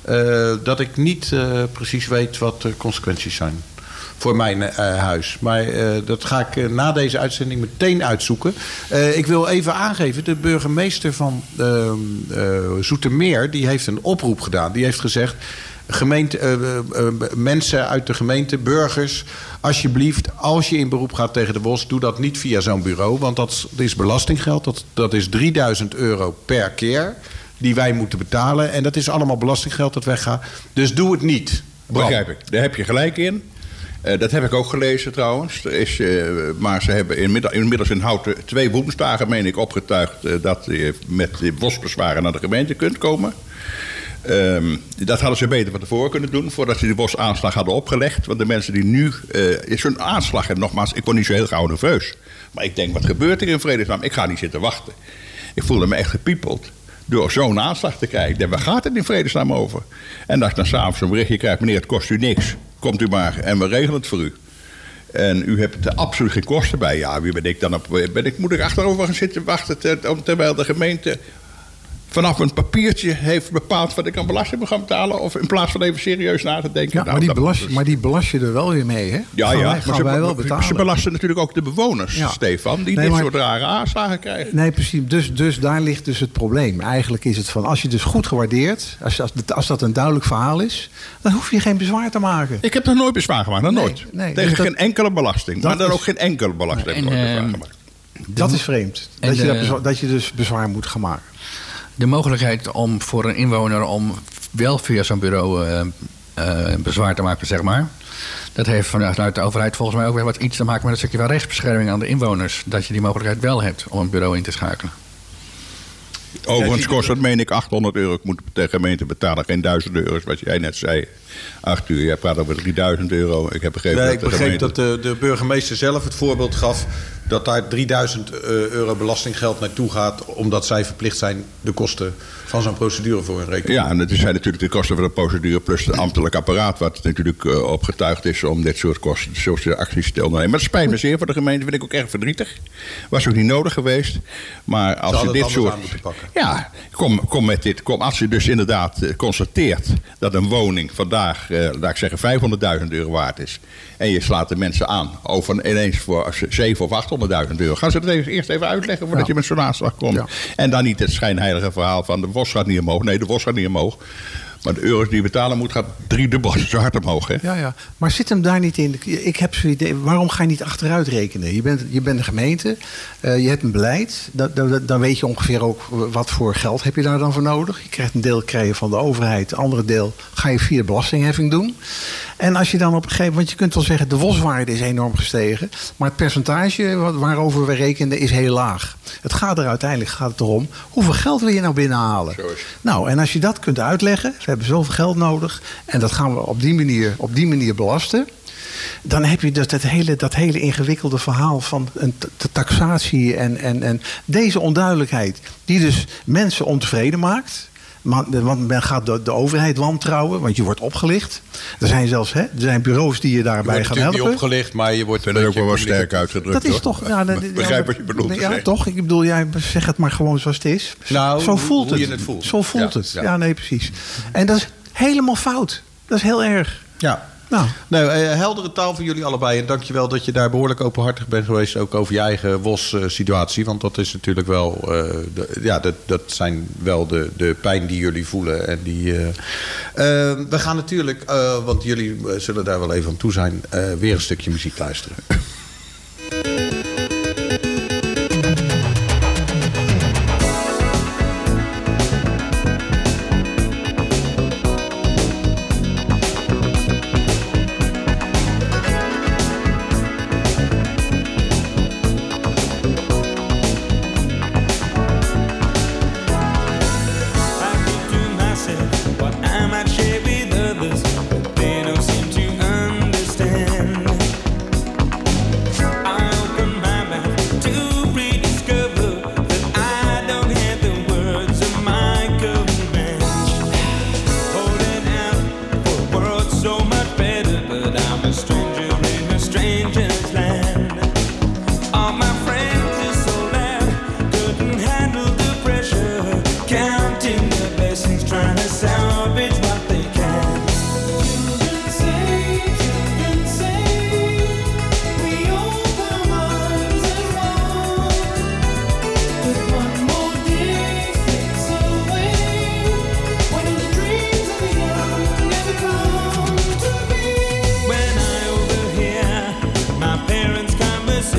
dat ik niet precies weet wat de consequenties zijn voor mijn huis. Maar dat ga ik na deze uitzending meteen uitzoeken. Ik wil even aangeven, de burgemeester van Zoetermeer... die heeft een oproep gedaan. Die heeft gezegd... mensen uit de gemeente, burgers, alsjeblieft, als je in beroep gaat tegen de WOS, doe dat niet via zo'n bureau. Want dat is belastinggeld. Dat is €3000 per keer die wij moeten betalen. En dat is allemaal belastinggeld dat weggaat. Dus doe het niet. Begrijp ik. Daar heb je gelijk in. Dat heb ik ook gelezen trouwens. Maar ze hebben inmiddels in Houten 2 woensdagen, meen ik, opgetuigd dat je met de WOS-bezwaren naar de gemeente kunt komen. Dat hadden ze beter van tevoren kunnen doen, voordat ze die WOS-aanslag hadden opgelegd. Want de mensen die nu... is zo'n aanslag, en nogmaals, ik word niet zo heel gauw nerveus. Maar ik denk, wat gebeurt er in vredesnaam? Ik ga niet zitten wachten. Ik voelde me echt gepiepeld door zo'n aanslag te krijgen. Ik denk, waar gaat het in vredesnaam over? En als ik dan s'avonds een berichtje krijg, meneer, het kost u niks. Komt u maar en we regelen het voor u. En u hebt er absoluut geen kosten bij. Ja, wie ben ik dan op? Moet ik achterover gaan zitten wachten terwijl de gemeente vanaf een papiertje heeft bepaald wat ik aan belasting moet gaan betalen? Of in plaats van even serieus na te denken. Ja, maar die belast je er wel weer mee, hè? Gaan wij wel betalen. Ze belasten natuurlijk ook de bewoners, Stefan, die dit soort rare aanslagen krijgen. Nee, precies. Dus daar ligt dus het probleem. Eigenlijk is het van, als je dus goed gewaardeerd, als dat een duidelijk verhaal is, dan hoef je geen bezwaar te maken. Ik heb nog nooit bezwaar gemaakt, nog nooit. Nee, tegen geen enkele belasting. Maar dan ook geen enkele belasting heb ik nooit bezwaar gemaakt. Dat is vreemd. Dat je dus bezwaar moet gaan maken. De mogelijkheid om voor een inwoner om wel via zo'n bureau bezwaar te maken, zeg maar. Dat heeft vanuit de overheid volgens mij ook weer wat iets te maken met een stukje van rechtsbescherming aan de inwoners. Dat je die mogelijkheid wel hebt om een bureau in te schakelen. Overigens kost dat, meen ik, €800. Ik moet de gemeente betalen, geen €1000, wat jij net zei. Arthur, jij praat over €3000. Ik heb begrepen ik begreep dat de burgemeester zelf het voorbeeld gaf dat daar €3000 belastinggeld naartoe gaat, omdat zij verplicht zijn de kosten van zo'n procedure voor hun rekening. Ja, en het zijn natuurlijk de kosten van de procedure plus het ambtelijk apparaat, wat natuurlijk opgetuigd is om dit soort kosten, soort acties te ondernemen. Maar het spijt me zeer voor de gemeente, vind ik ook erg verdrietig. Was ook niet nodig geweest. Maar als je dit soort. Ja, kom met dit. Als je dus inderdaad constateert dat een woning vandaag, laat ik zeggen, €500.000 waard is. En je slaat de mensen aan over ineens voor €700.000 of €800.000. Gaan ze dat eerst even uitleggen voordat je met zo'n aanslag komt. Ja. En dan niet het schijnheilige verhaal van de WOS gaat niet omhoog. Nee, de WOS gaat niet omhoog. Maar de euro's die je betalen moet, gaat 3-dubbel zo hard omhoog. Hè? Ja. Maar zit hem daar niet in? Ik heb zo'n idee. Waarom ga je niet achteruit rekenen? Je bent een gemeente. Je hebt een beleid. Dan weet je ongeveer ook wat voor geld heb je daar dan voor nodig. Je krijgt een deel van de overheid. Het andere deel ga je via belastingheffing doen. En als je dan op een gegeven moment, je kunt wel zeggen, de WOS-waarde is enorm gestegen. Maar het percentage waarover we rekenen is heel laag. Het gaat er uiteindelijk erom, hoeveel geld wil je nou binnenhalen? Nou, en als je dat kunt uitleggen, we hebben zoveel geld nodig en dat gaan we op die manier belasten. Dan heb je dus dat hele ingewikkelde verhaal van de taxatie en deze onduidelijkheid, die dus mensen ontevreden maakt. Want men gaat de overheid wantrouwen, want je wordt opgelicht. Er zijn zelfs bureaus die je daarbij gaan helpen. Niet opgelicht, maar je wordt er ook wel sterk uitgedrukt. Dat is toch. Ja, begrijp wat je bedoelt. Ja, toch? Ik bedoel, jij zegt het maar gewoon zoals het is. Nou, zo voelt hoe het. je het voelt. Zo voelt het. Ja, nee, precies. En dat is helemaal fout. Dat is heel erg. Ja. Nou, heldere taal voor jullie allebei. En dankjewel dat je daar behoorlijk openhartig bent geweest. Ook over je eigen WOS-situatie. Want dat is natuurlijk wel. Dat zijn wel de pijn die jullie voelen. En we gaan natuurlijk, want jullie zullen daar wel even aan toe zijn, weer een stukje muziek luisteren.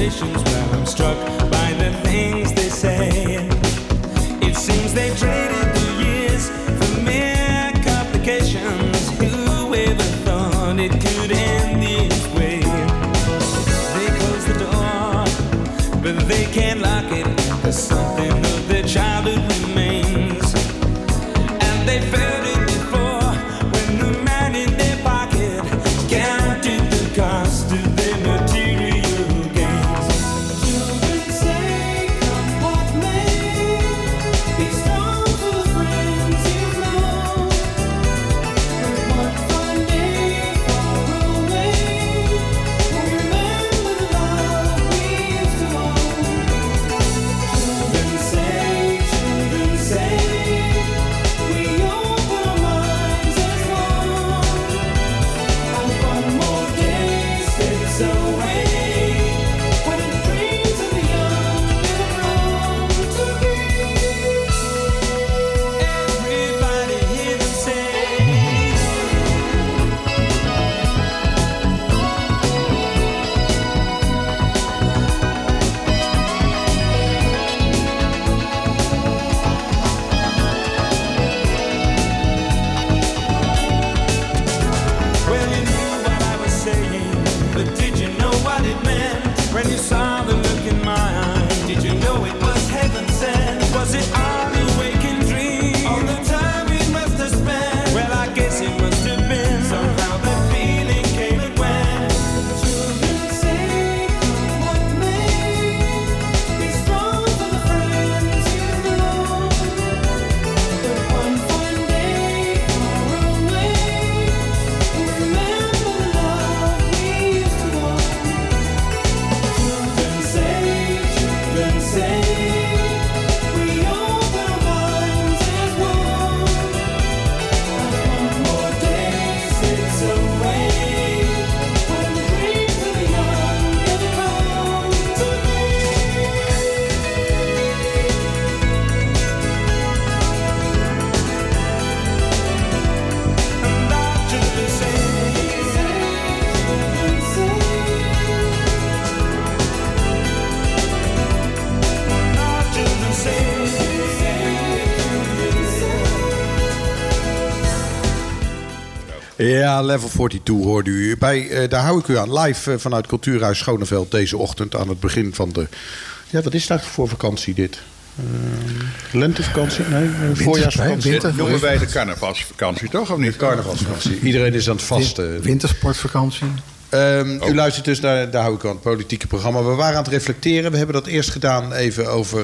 conversations where I'm struck by the things they say. It seems they traded the years for mere complications. Who ever thought it could end this way? They close the door, but they can't lock it, 'cause something of their childhood remains. And they felt it before when the man in their pocket counted the cost of their material gains. Children say, come what may, be strong for the friends you've known. But one fine day far away, we'll remember the love we used to own. Children say, we open our minds as one. And one more day slips away, when the dreams of the young get grown to be. Everybody hear them say. Well, you knew what I was saying, but did you know what it meant? When you saw the look in my eye, did you know it was heaven sent? Was it all a waking dream? All the time we must have spent. Well, I guess it must have been. Somehow that feeling came and went. Children say, come what may, be strong for the friends you've known. But one fine day far away, we'll remember the love we used to own. Children say, we open our minds as one. And one more day slips away, when the dreams of the young get grown to be. And our children say, our children say. Ja, Level 42 hoorde u. Daar hou ik u aan live vanuit Cultuurhuis Schoneveld deze ochtend aan het begin van de... Ja, wat is dat voor vakantie dit? Lentevakantie? Nee, voorjaarsvakantie. Dit noemen wij de carnavalsvakantie, toch? Of niet? Carnavalsvakantie. Iedereen is aan het vasten. Wintersportvakantie. U luistert dus naar, daar hou ik aan, het politieke programma. We waren aan het reflecteren. We hebben dat eerst gedaan even over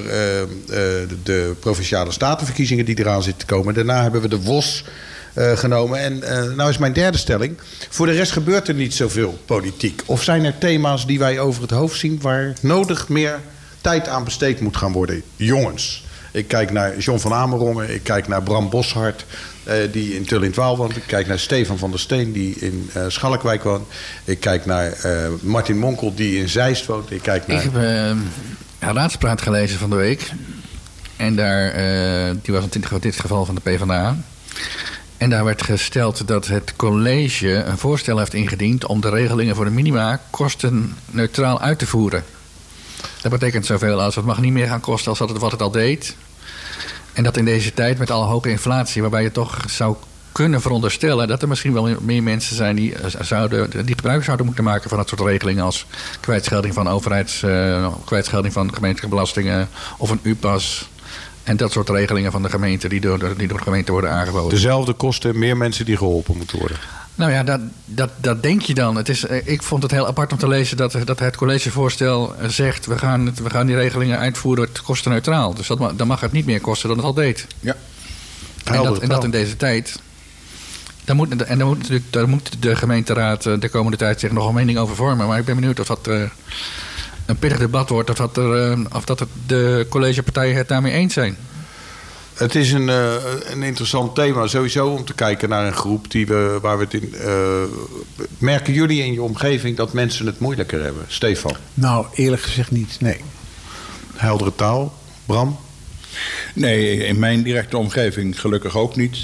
de Provinciale Statenverkiezingen die eraan zitten te komen. Daarna hebben we de WOS genomen. En nou is mijn derde stelling. Voor de rest gebeurt er niet zoveel politiek. Of zijn er thema's die wij over het hoofd zien waar nodig meer tijd aan besteed moet gaan worden? Jongens. Ik kijk naar John van Amerongen. Ik kijk naar Bram Boshart, die in Tullintwaal woont. Ik kijk naar Stefan van der Steen, die in Schalkwijk woont. Ik kijk naar Martin Monkel, die in Zeist woont. Ik heb een raadspraat gelezen van de week. En daar, die was in dit geval van de PvdA. En daar werd gesteld dat het college een voorstel heeft ingediend om de regelingen voor de minima kostenneutraal uit te voeren. Dat betekent zoveel als het mag niet meer gaan kosten als wat het al deed. En dat in deze tijd met alle hoge inflatie, waarbij je toch zou kunnen veronderstellen dat er misschien wel meer mensen zijn die gebruik zouden moeten maken van dat soort regelingen als kwijtschelding van kwijtschelding van gemeentelijke belastingen of een U-pas. En dat soort regelingen van de gemeente die door de gemeente worden aangeboden. Dezelfde kosten, meer mensen die geholpen moeten worden. Nou ja, dat denk je dan. Ik vond het heel apart om te lezen dat het collegevoorstel zegt... we gaan die regelingen uitvoeren kostenneutraal. Dus dan mag het niet meer kosten dan het al deed. Ja. En dat in deze tijd. Daar moet de gemeenteraad de komende tijd zich nog een mening over vormen. Maar ik ben benieuwd of dat een pittig debat wordt... of dat de collegepartijen het daarmee eens zijn. Het is een interessant thema sowieso om te kijken naar een groep waar we het in... merken jullie in je omgeving dat mensen het moeilijker hebben? Stefan? Nou, eerlijk gezegd niet, nee. Heldere taal. Bram? Nee, in mijn directe omgeving gelukkig ook niet.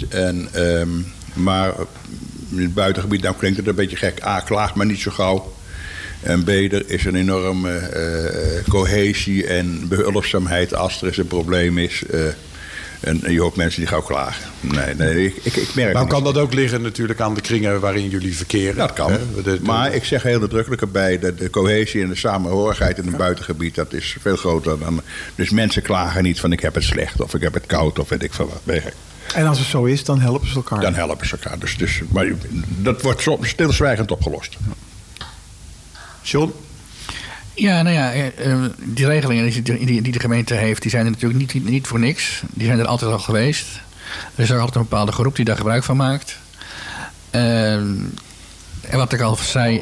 Maar in het buitengebied, nou klinkt het een beetje gek. Klaag maar niet zo gauw. En B, er is een enorme cohesie en behulpzaamheid als er eens een probleem is. En je hoort mensen die gauw klagen. Nee, ik merk Nou kan dat ook liggen natuurlijk aan de kringen waarin jullie verkeren. Dat kan. Maar ik zeg heel nadrukkelijk erbij... de cohesie en de samenhorigheid in een buitengebied... dat is veel groter dan... Dus mensen klagen niet van ik heb het slecht of ik heb het koud of weet ik veel wat. En als het zo is, dan helpen ze elkaar. Dan helpen ze elkaar. Maar dat wordt soms stilzwijgend opgelost. John? Ja, nou ja, die regelingen die de gemeente heeft... die zijn er natuurlijk niet voor niks. Die zijn er altijd al geweest. Er is ook altijd een bepaalde groep die daar gebruik van maakt. En wat ik al zei,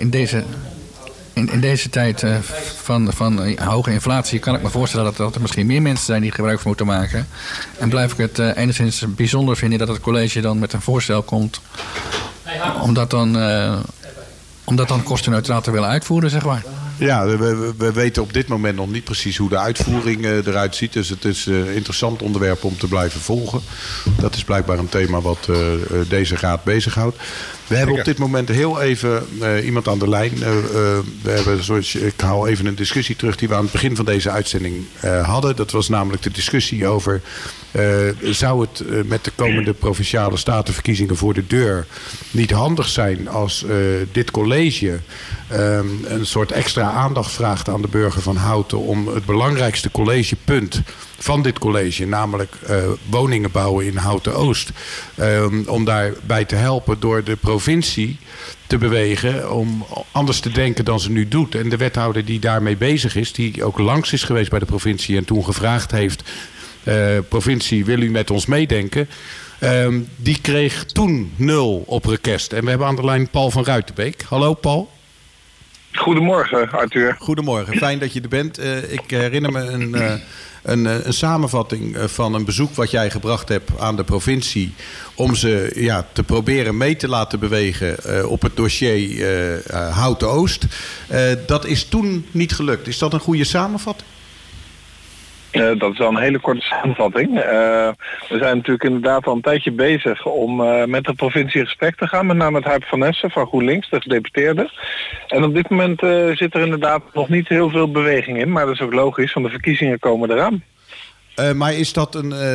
in deze tijd van hoge inflatie... kan ik me voorstellen dat er misschien meer mensen zijn die gebruik van moeten maken. En blijf ik het enigszins bijzonder vinden dat het college dan met een voorstel komt... om dat dan kostenneutraal te willen uitvoeren, zeg maar. Ja, we weten op dit moment nog niet precies hoe de uitvoering eruit ziet. Dus het is een interessant onderwerp om te blijven volgen. Dat is blijkbaar een thema wat deze raad bezighoudt. We hebben op dit moment heel even iemand aan de lijn. We hebben, ik haal even een discussie terug die we aan het begin van deze uitzending hadden. Dat was namelijk de discussie over... zou het met de komende provinciale statenverkiezingen voor de deur niet handig zijn als dit college een soort extra aandacht vraagt aan de burger van Houten om het belangrijkste collegepunt van dit college, namelijk woningen bouwen in Houten-Oost, om daarbij te helpen door de provincie te bewegen om anders te denken dan ze nu doet. En de wethouder die daarmee bezig is, die ook langs is geweest bij de provincie en toen gevraagd heeft... provincie, wil u met ons meedenken? Die kreeg toen 0 op request. En we hebben aan de lijn Paul van Ruitenbeek. Hallo Paul. Goedemorgen Arthur. Goedemorgen, fijn dat je er bent. Ik herinner me een samenvatting van een bezoek wat jij gebracht hebt aan de provincie... om ze te proberen mee te laten bewegen op het dossier Houten-Oost. Dat is toen niet gelukt. Is dat een goede samenvatting? Dat is wel een hele korte samenvatting. We zijn natuurlijk inderdaad al een tijdje bezig om met de provincie in gesprek te gaan. Met name met Huip van Essen van GroenLinks, de gedeputeerde. En op dit moment zit er inderdaad nog niet heel veel beweging in. Maar dat is ook logisch, want de verkiezingen komen eraan. Maar is dat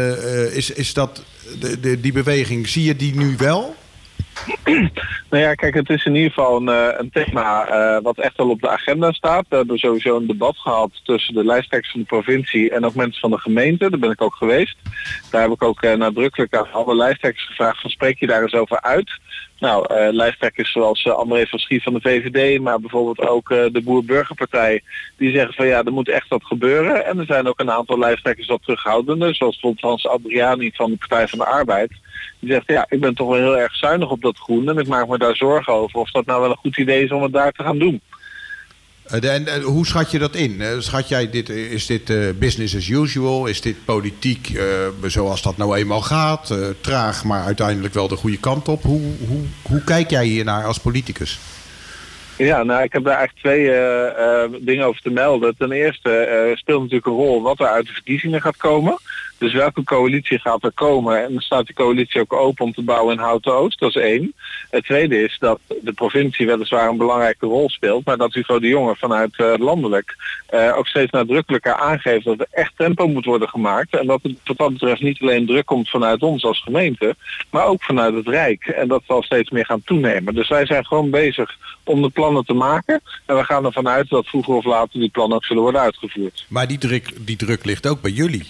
die beweging, zie je die nu wel? Nou ja, kijk, het is in ieder geval een thema wat echt wel op de agenda staat. We hebben sowieso een debat gehad tussen de lijsttrekkers van de provincie en ook mensen van de gemeente. Daar ben ik ook geweest. Daar heb ik ook nadrukkelijk aan alle lijsttrekkers gevraagd van spreek je daar eens over uit. Nou, lijsttrekkers zoals André van Schie van de VVD, maar bijvoorbeeld ook de Boer-Burgerpartij, die zeggen van ja, er moet echt wat gebeuren. En er zijn ook een aantal lijsttrekkers wat terughoudender, zoals bijvoorbeeld Hans Adriani van de Partij van de Arbeid. Die zegt ja, ik ben toch wel heel erg zuinig op dat groen en ik maak me daar zorgen over of dat nou wel een goed idee is om het daar te gaan doen. En hoe schat je dat in? Schat jij is dit business as usual? Is dit politiek zoals dat nou eenmaal gaat? Traag, maar uiteindelijk wel de goede kant op. Hoe kijk jij hiernaar als politicus? Ja, nou, ik heb daar eigenlijk twee dingen over te melden. Ten eerste speelt natuurlijk een rol wat er uit de verkiezingen gaat komen. Dus welke coalitie gaat er komen? En dan staat die coalitie ook open om te bouwen in Houten-Oost. Dat is 1. Het tweede is dat de provincie weliswaar een belangrijke rol speelt. Maar dat Hugo de Jonge vanuit landelijk ook steeds nadrukkelijker aangeeft dat er echt tempo moet worden gemaakt. En dat het wat dat betreft niet alleen druk komt vanuit ons als gemeente, maar ook vanuit het Rijk. En dat zal steeds meer gaan toenemen. Dus wij zijn gewoon bezig om de plannen te maken. En we gaan ervan uit dat vroeger of later die plannen ook zullen worden uitgevoerd. Maar die druk ligt ook bij jullie.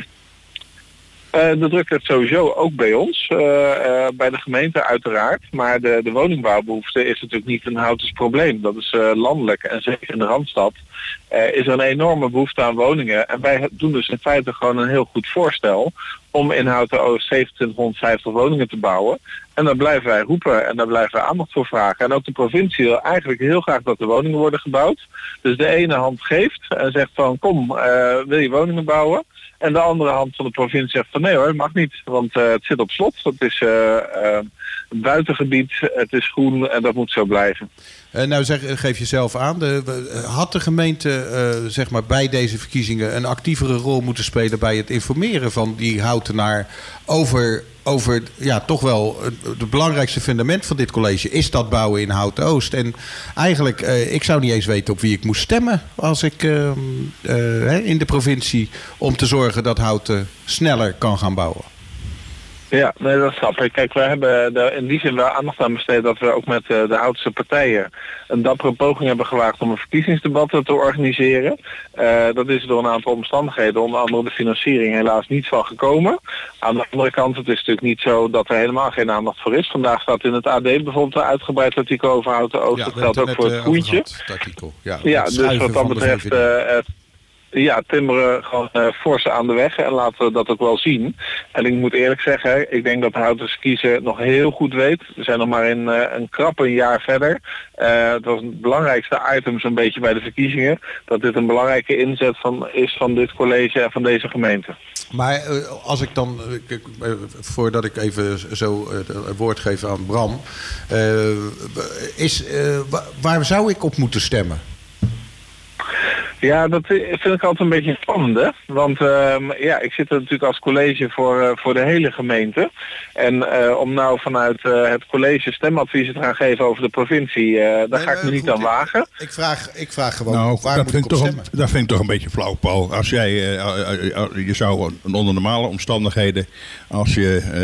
De druk ligt sowieso ook bij ons, bij de gemeente uiteraard. Maar de woningbouwbehoefte is natuurlijk niet een Houtens probleem. Dat is landelijk en zeker in de Randstad is er een enorme behoefte aan woningen. En wij doen dus in feite gewoon een heel goed voorstel om in Houten-Oost 2750 woningen te bouwen. En daar blijven wij roepen en daar blijven wij aandacht voor vragen. En ook de provincie wil eigenlijk heel graag dat de woningen worden gebouwd. Dus de ene hand geeft en zegt van kom, wil je woningen bouwen? En de andere hand van de provincie zegt van nee hoor, het mag niet. Want het zit op slot. Het is een buitengebied, het is groen en dat moet zo blijven. Geef jezelf aan. Had de gemeente zeg maar bij deze verkiezingen een actievere rol moeten spelen bij het informeren van die Houtenaar over over toch wel het belangrijkste fundament van dit college is dat bouwen in Houten-Oost. En eigenlijk, ik zou niet eens weten op wie ik moest stemmen als ik in de provincie om te zorgen dat Houten sneller kan gaan bouwen. Ja, nee, dat snap ik. Kijk, we hebben er in die zin wel aandacht aan besteed dat we ook met de Houtse partijen een dappere poging hebben gewaagd om een verkiezingsdebat te organiseren. Dat is door een aantal omstandigheden, onder andere de financiering, helaas niet van gekomen. Aan de andere kant, het is natuurlijk niet zo dat er helemaal geen aandacht voor is. Vandaag staat in het AD bijvoorbeeld een uitgebreid artikel over Houten-Oost. Dat geldt ook voor het groentje. Ja, dus wat dat betreft... timmeren gewoon fors aan de weg en laten we dat ook wel zien. En ik moet eerlijk zeggen, ik denk dat de Houtense kiezer nog heel goed weet. We zijn nog maar in een krappe jaar verder. Het was het belangrijkste item zo'n beetje bij de verkiezingen. Dat dit een belangrijke inzet is van dit college en van deze gemeente. Maar als ik dan, voordat ik even zo het woord geef aan Bram. Waar zou ik op moeten stemmen? Ja, dat vind ik altijd een beetje spannend, hè? Want ik zit er natuurlijk als college voor de hele gemeente. En om nou vanuit het college stemadviezen te gaan geven over de provincie, daar ga ik me niet aan wagen. Ik vraag gewoon, waar moet ik op stemmen? Dat vind ik toch een beetje flauw, Paul. Als jij, je zou onder normale omstandigheden, als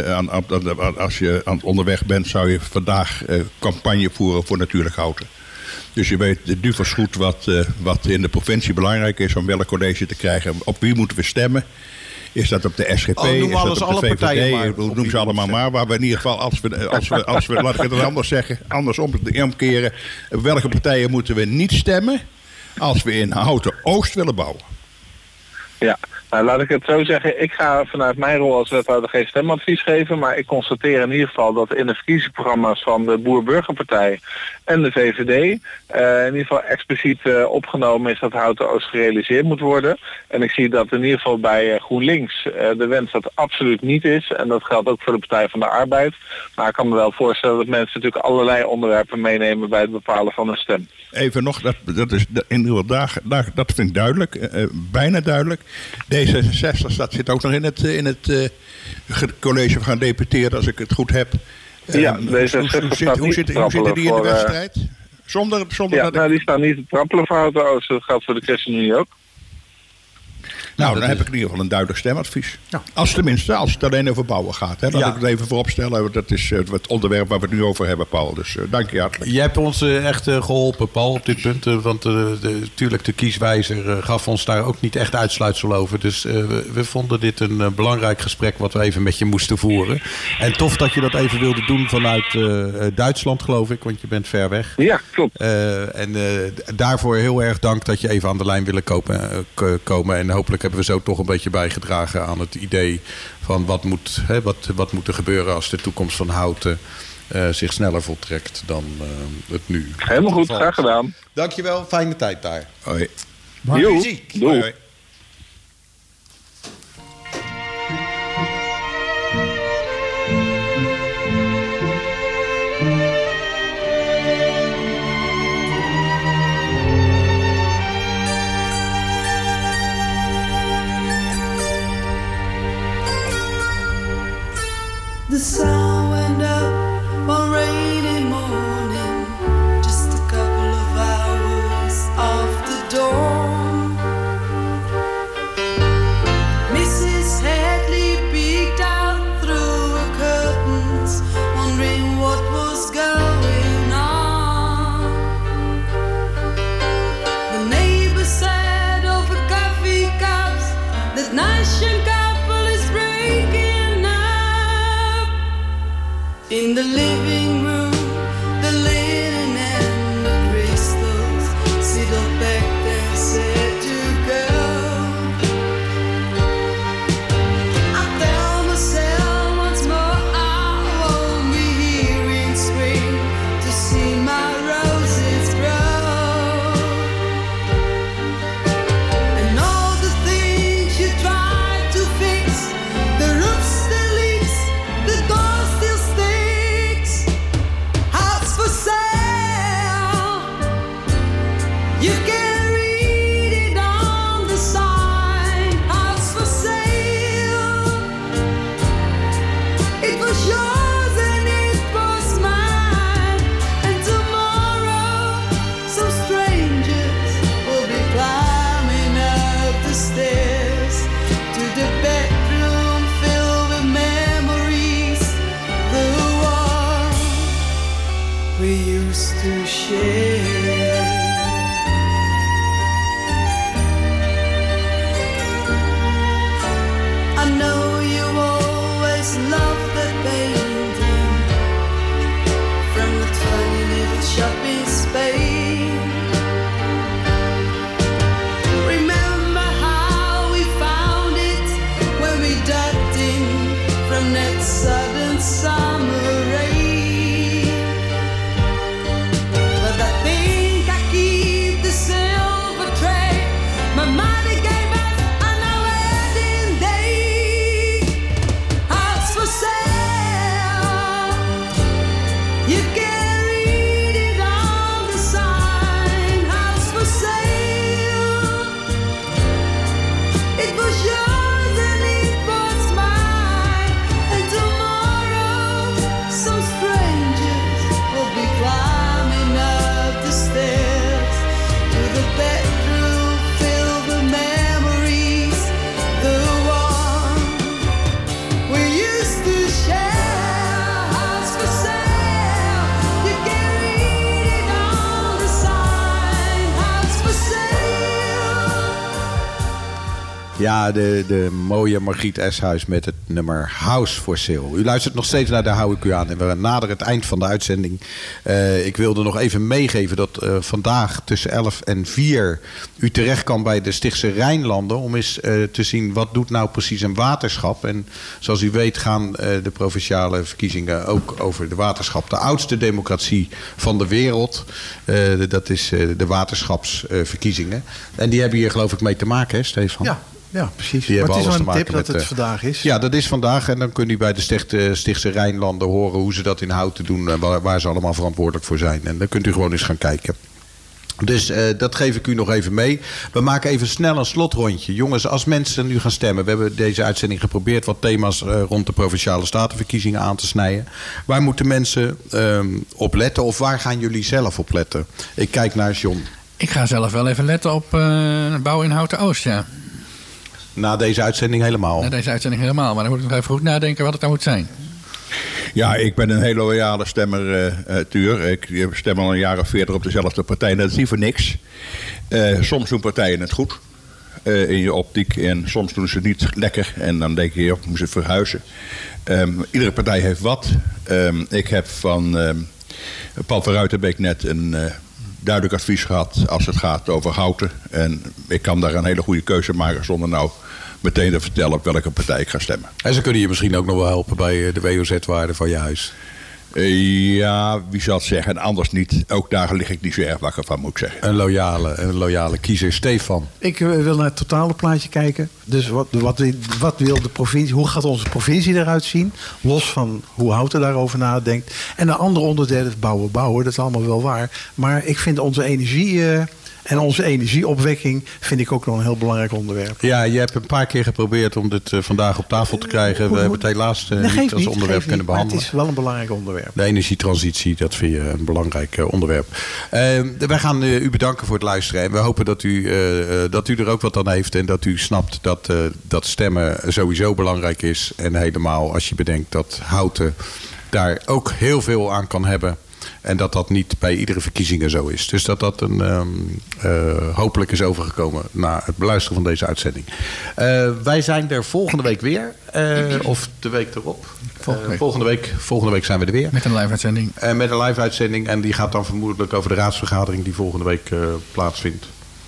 je onderweg bent, zou je vandaag campagne voeren voor natuurlijk houten. Dus je weet duvers goed wat in de provincie belangrijk is om welk college te krijgen. Op wie moeten we stemmen? Is dat op de SGP? Noem is dat op de VVD? Noem ze allemaal maar. Waar we in ieder geval, als we laat ik het anders zeggen, andersom omkeren. Welke partijen moeten we niet stemmen als we in Houten-Oost willen bouwen? Ja, nou laat ik het zo zeggen. Ik ga vanuit mijn rol als wethouder geen stemadvies geven. Maar ik constateer in ieder geval dat in de verkiezingsprogramma's van de Boer-Burgerpartij en de VVD in ieder geval expliciet opgenomen is dat Houten-Oost gerealiseerd moet worden. En ik zie dat in ieder geval bij GroenLinks de wens dat absoluut niet is. En dat geldt ook voor de Partij van de Arbeid. Maar ik kan me wel voorstellen dat mensen natuurlijk allerlei onderwerpen meenemen bij het bepalen van een stem. Even nog, dat is in uw dat vind ik duidelijk, bijna duidelijk. D66 dat zit ook nog in het college van deputeren, als ik het goed heb. Ja, hoe zitten die in de wedstrijd? Zonder die staan niet te trappelen voor Houten-Oost. Dat geldt voor de ChristenUnie ook. Nou, dan heb ik in ieder geval een duidelijk stemadvies. Ja. Als het alleen over bouwen gaat. Hè. Laat ik het even vooropstellen. Dat is het onderwerp waar we het nu over hebben, Paul. Dus dank je hartelijk. Je hebt ons echt geholpen, Paul, op dit punt. Want natuurlijk, de kieswijzer gaf ons daar ook niet echt uitsluitsel over. Dus we vonden dit een belangrijk gesprek wat we even met je moesten voeren. En tof dat je dat even wilde doen vanuit Duitsland, geloof ik. Want je bent ver weg. Ja, klopt. En daarvoor heel erg dank dat je even aan de lijn willen komen. En hopelijk hebben we zo toch een beetje bijgedragen aan het idee van wat moet er gebeuren als de toekomst van Houten zich sneller voltrekt dan het nu. Helemaal goed, graag gedaan. Dankjewel, fijne tijd daar. Hoi. Muziek. Doei. Hoi. The sun went up one rainy morning, just a couple of hours after dawn. Mrs. Hadley peeked out through her curtains, wondering what was going on. The neighbor said over coffee cups that nice young couple is breaking. In the living room, the linen and the crystals sit up back there, said to go. I tell myself once more I won't be here in spring to see my roses grow. And all the things you try to fix, the roofs, the leaks, the doors still stay. we used to share. I know you always loved that painting from the tiny little shop in Spain. Remember how we found it when we ducked in from that sudden summer rain. But I think I keep the silver tray my mother gave us on our wedding day. House for sale, you can read it on the sign. House for sale, it was yours and it was mine. And tomorrow some strangers will be climbing up the stairs to the bedroom filled with memories, the one we used to share. House for sale, you can read it on the sign. House for sale. Ja, de mooie Margriet Eshuis met het nummer House for Sale. U luistert nog steeds naar Daar hou ik u aan. En we naderen het eind van de uitzending. Ik wilde nog even meegeven dat vandaag tussen 11 en 4 u terecht kan bij de Stichtse Rijnlanden. Om eens te zien wat doet nou precies een waterschap. En zoals u weet gaan de provinciale verkiezingen ook over de waterschap. De oudste democratie van de wereld. Dat is de waterschapsverkiezingen. En die hebben hier geloof ik mee te maken, hè Stefan? Ja, precies. Die Maar hebben het is alles wel te een tip maken dat met, het vandaag is. Ja, dat is vandaag. En dan kunt u bij de Stichtse Rijnlanden horen hoe ze dat in Houten doen. En waar ze allemaal verantwoordelijk voor zijn. En dan kunt u gewoon eens gaan kijken. Dus dat geef ik u nog even mee. We maken even snel een slotrondje. Jongens, als mensen nu gaan stemmen. We hebben deze uitzending geprobeerd wat thema's rond de Provinciale Statenverkiezingen aan te snijden. Waar moeten mensen op letten? Of waar gaan jullie zelf op letten? Ik kijk naar John. Ik ga zelf wel even letten op bouwen in Houten-Oost, ja. Na deze uitzending helemaal. Na deze uitzending helemaal. Maar dan moet ik nog even goed nadenken wat het dan moet zijn. Ja, ik ben een hele loyale stemmer, Tuur. Ik stem al een jaar of 40 op dezelfde partij. En dat is niet voor niks. Soms doen partijen het goed in je optiek. En soms doen ze het niet lekker. En dan denk je, moet ze verhuizen. Iedere partij heeft wat. Ik heb van Paul van Ruitenbeek net een duidelijk advies gehad als het gaat over Houten. En ik kan daar een hele goede keuze maken zonder nou meteen te vertellen op welke partij ik ga stemmen. En ze kunnen je misschien ook nog wel helpen bij de WOZ-waarde van je huis. Ja, wie zal het zeggen? En anders niet. Ook daar lig ik niet zo erg wakker van, moet ik zeggen. Een loyale kiezer. Stefan. Ik wil naar het totale plaatje kijken. Dus wat wil de provincie? Hoe gaat onze provincie eruit zien? Los van hoe Houten daarover nadenkt. En een ander onderdeel is bouwen. Dat is allemaal wel waar. Maar ik vind onze energie en onze energieopwekking vind ik ook nog een heel belangrijk onderwerp. Ja, je hebt een paar keer geprobeerd om dit vandaag op tafel te krijgen. We hebben het helaas niet als onderwerp kunnen behandelen. Het is wel een belangrijk onderwerp. De energietransitie, dat vind je een belangrijk onderwerp. Wij gaan u bedanken voor het luisteren. En we hopen dat u er ook wat aan heeft. En dat u snapt dat stemmen sowieso belangrijk is. En helemaal als je bedenkt dat Houten daar ook heel veel aan kan hebben. En dat niet bij iedere verkiezingen zo is. Dus dat hopelijk is overgekomen na het beluisteren van deze uitzending. Wij zijn er volgende week weer. Of de week erop. Volgende week zijn we er weer. Met een live-uitzending. Met een live-uitzending. En die gaat dan vermoedelijk over de raadsvergadering die volgende week plaatsvindt.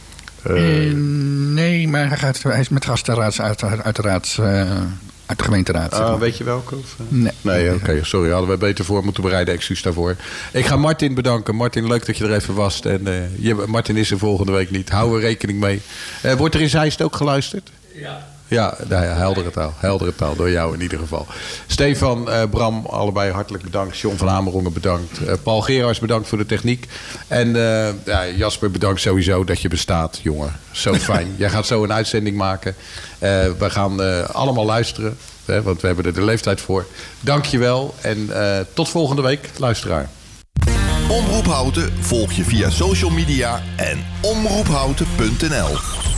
Nee, maar hij is met gastenraads uiteraard uit de gemeenteraad. Zeg maar. Weet je welke? Of? Nee, oké. Sorry, hadden we beter voor moeten bereiden. Excuus daarvoor. Ik ga Martin bedanken. Martin, leuk dat je er even was. En Martin is er volgende week niet. Hou er rekening mee. Wordt er in Zeist ook geluisterd? Ja, heldere taal. Door jou in ieder geval. Stefan, Bram, allebei hartelijk bedankt. John van Hameronghen bedankt. Paul Gerards bedankt voor de techniek. En Jasper, bedankt sowieso dat je bestaat, jongen. Zo fijn. Jij gaat zo een uitzending maken. We gaan allemaal luisteren. Want we hebben er de leeftijd voor. Dank je wel. En tot volgende week, luisteraar. Omroep Houten volg je via social media en omroephouten.nl.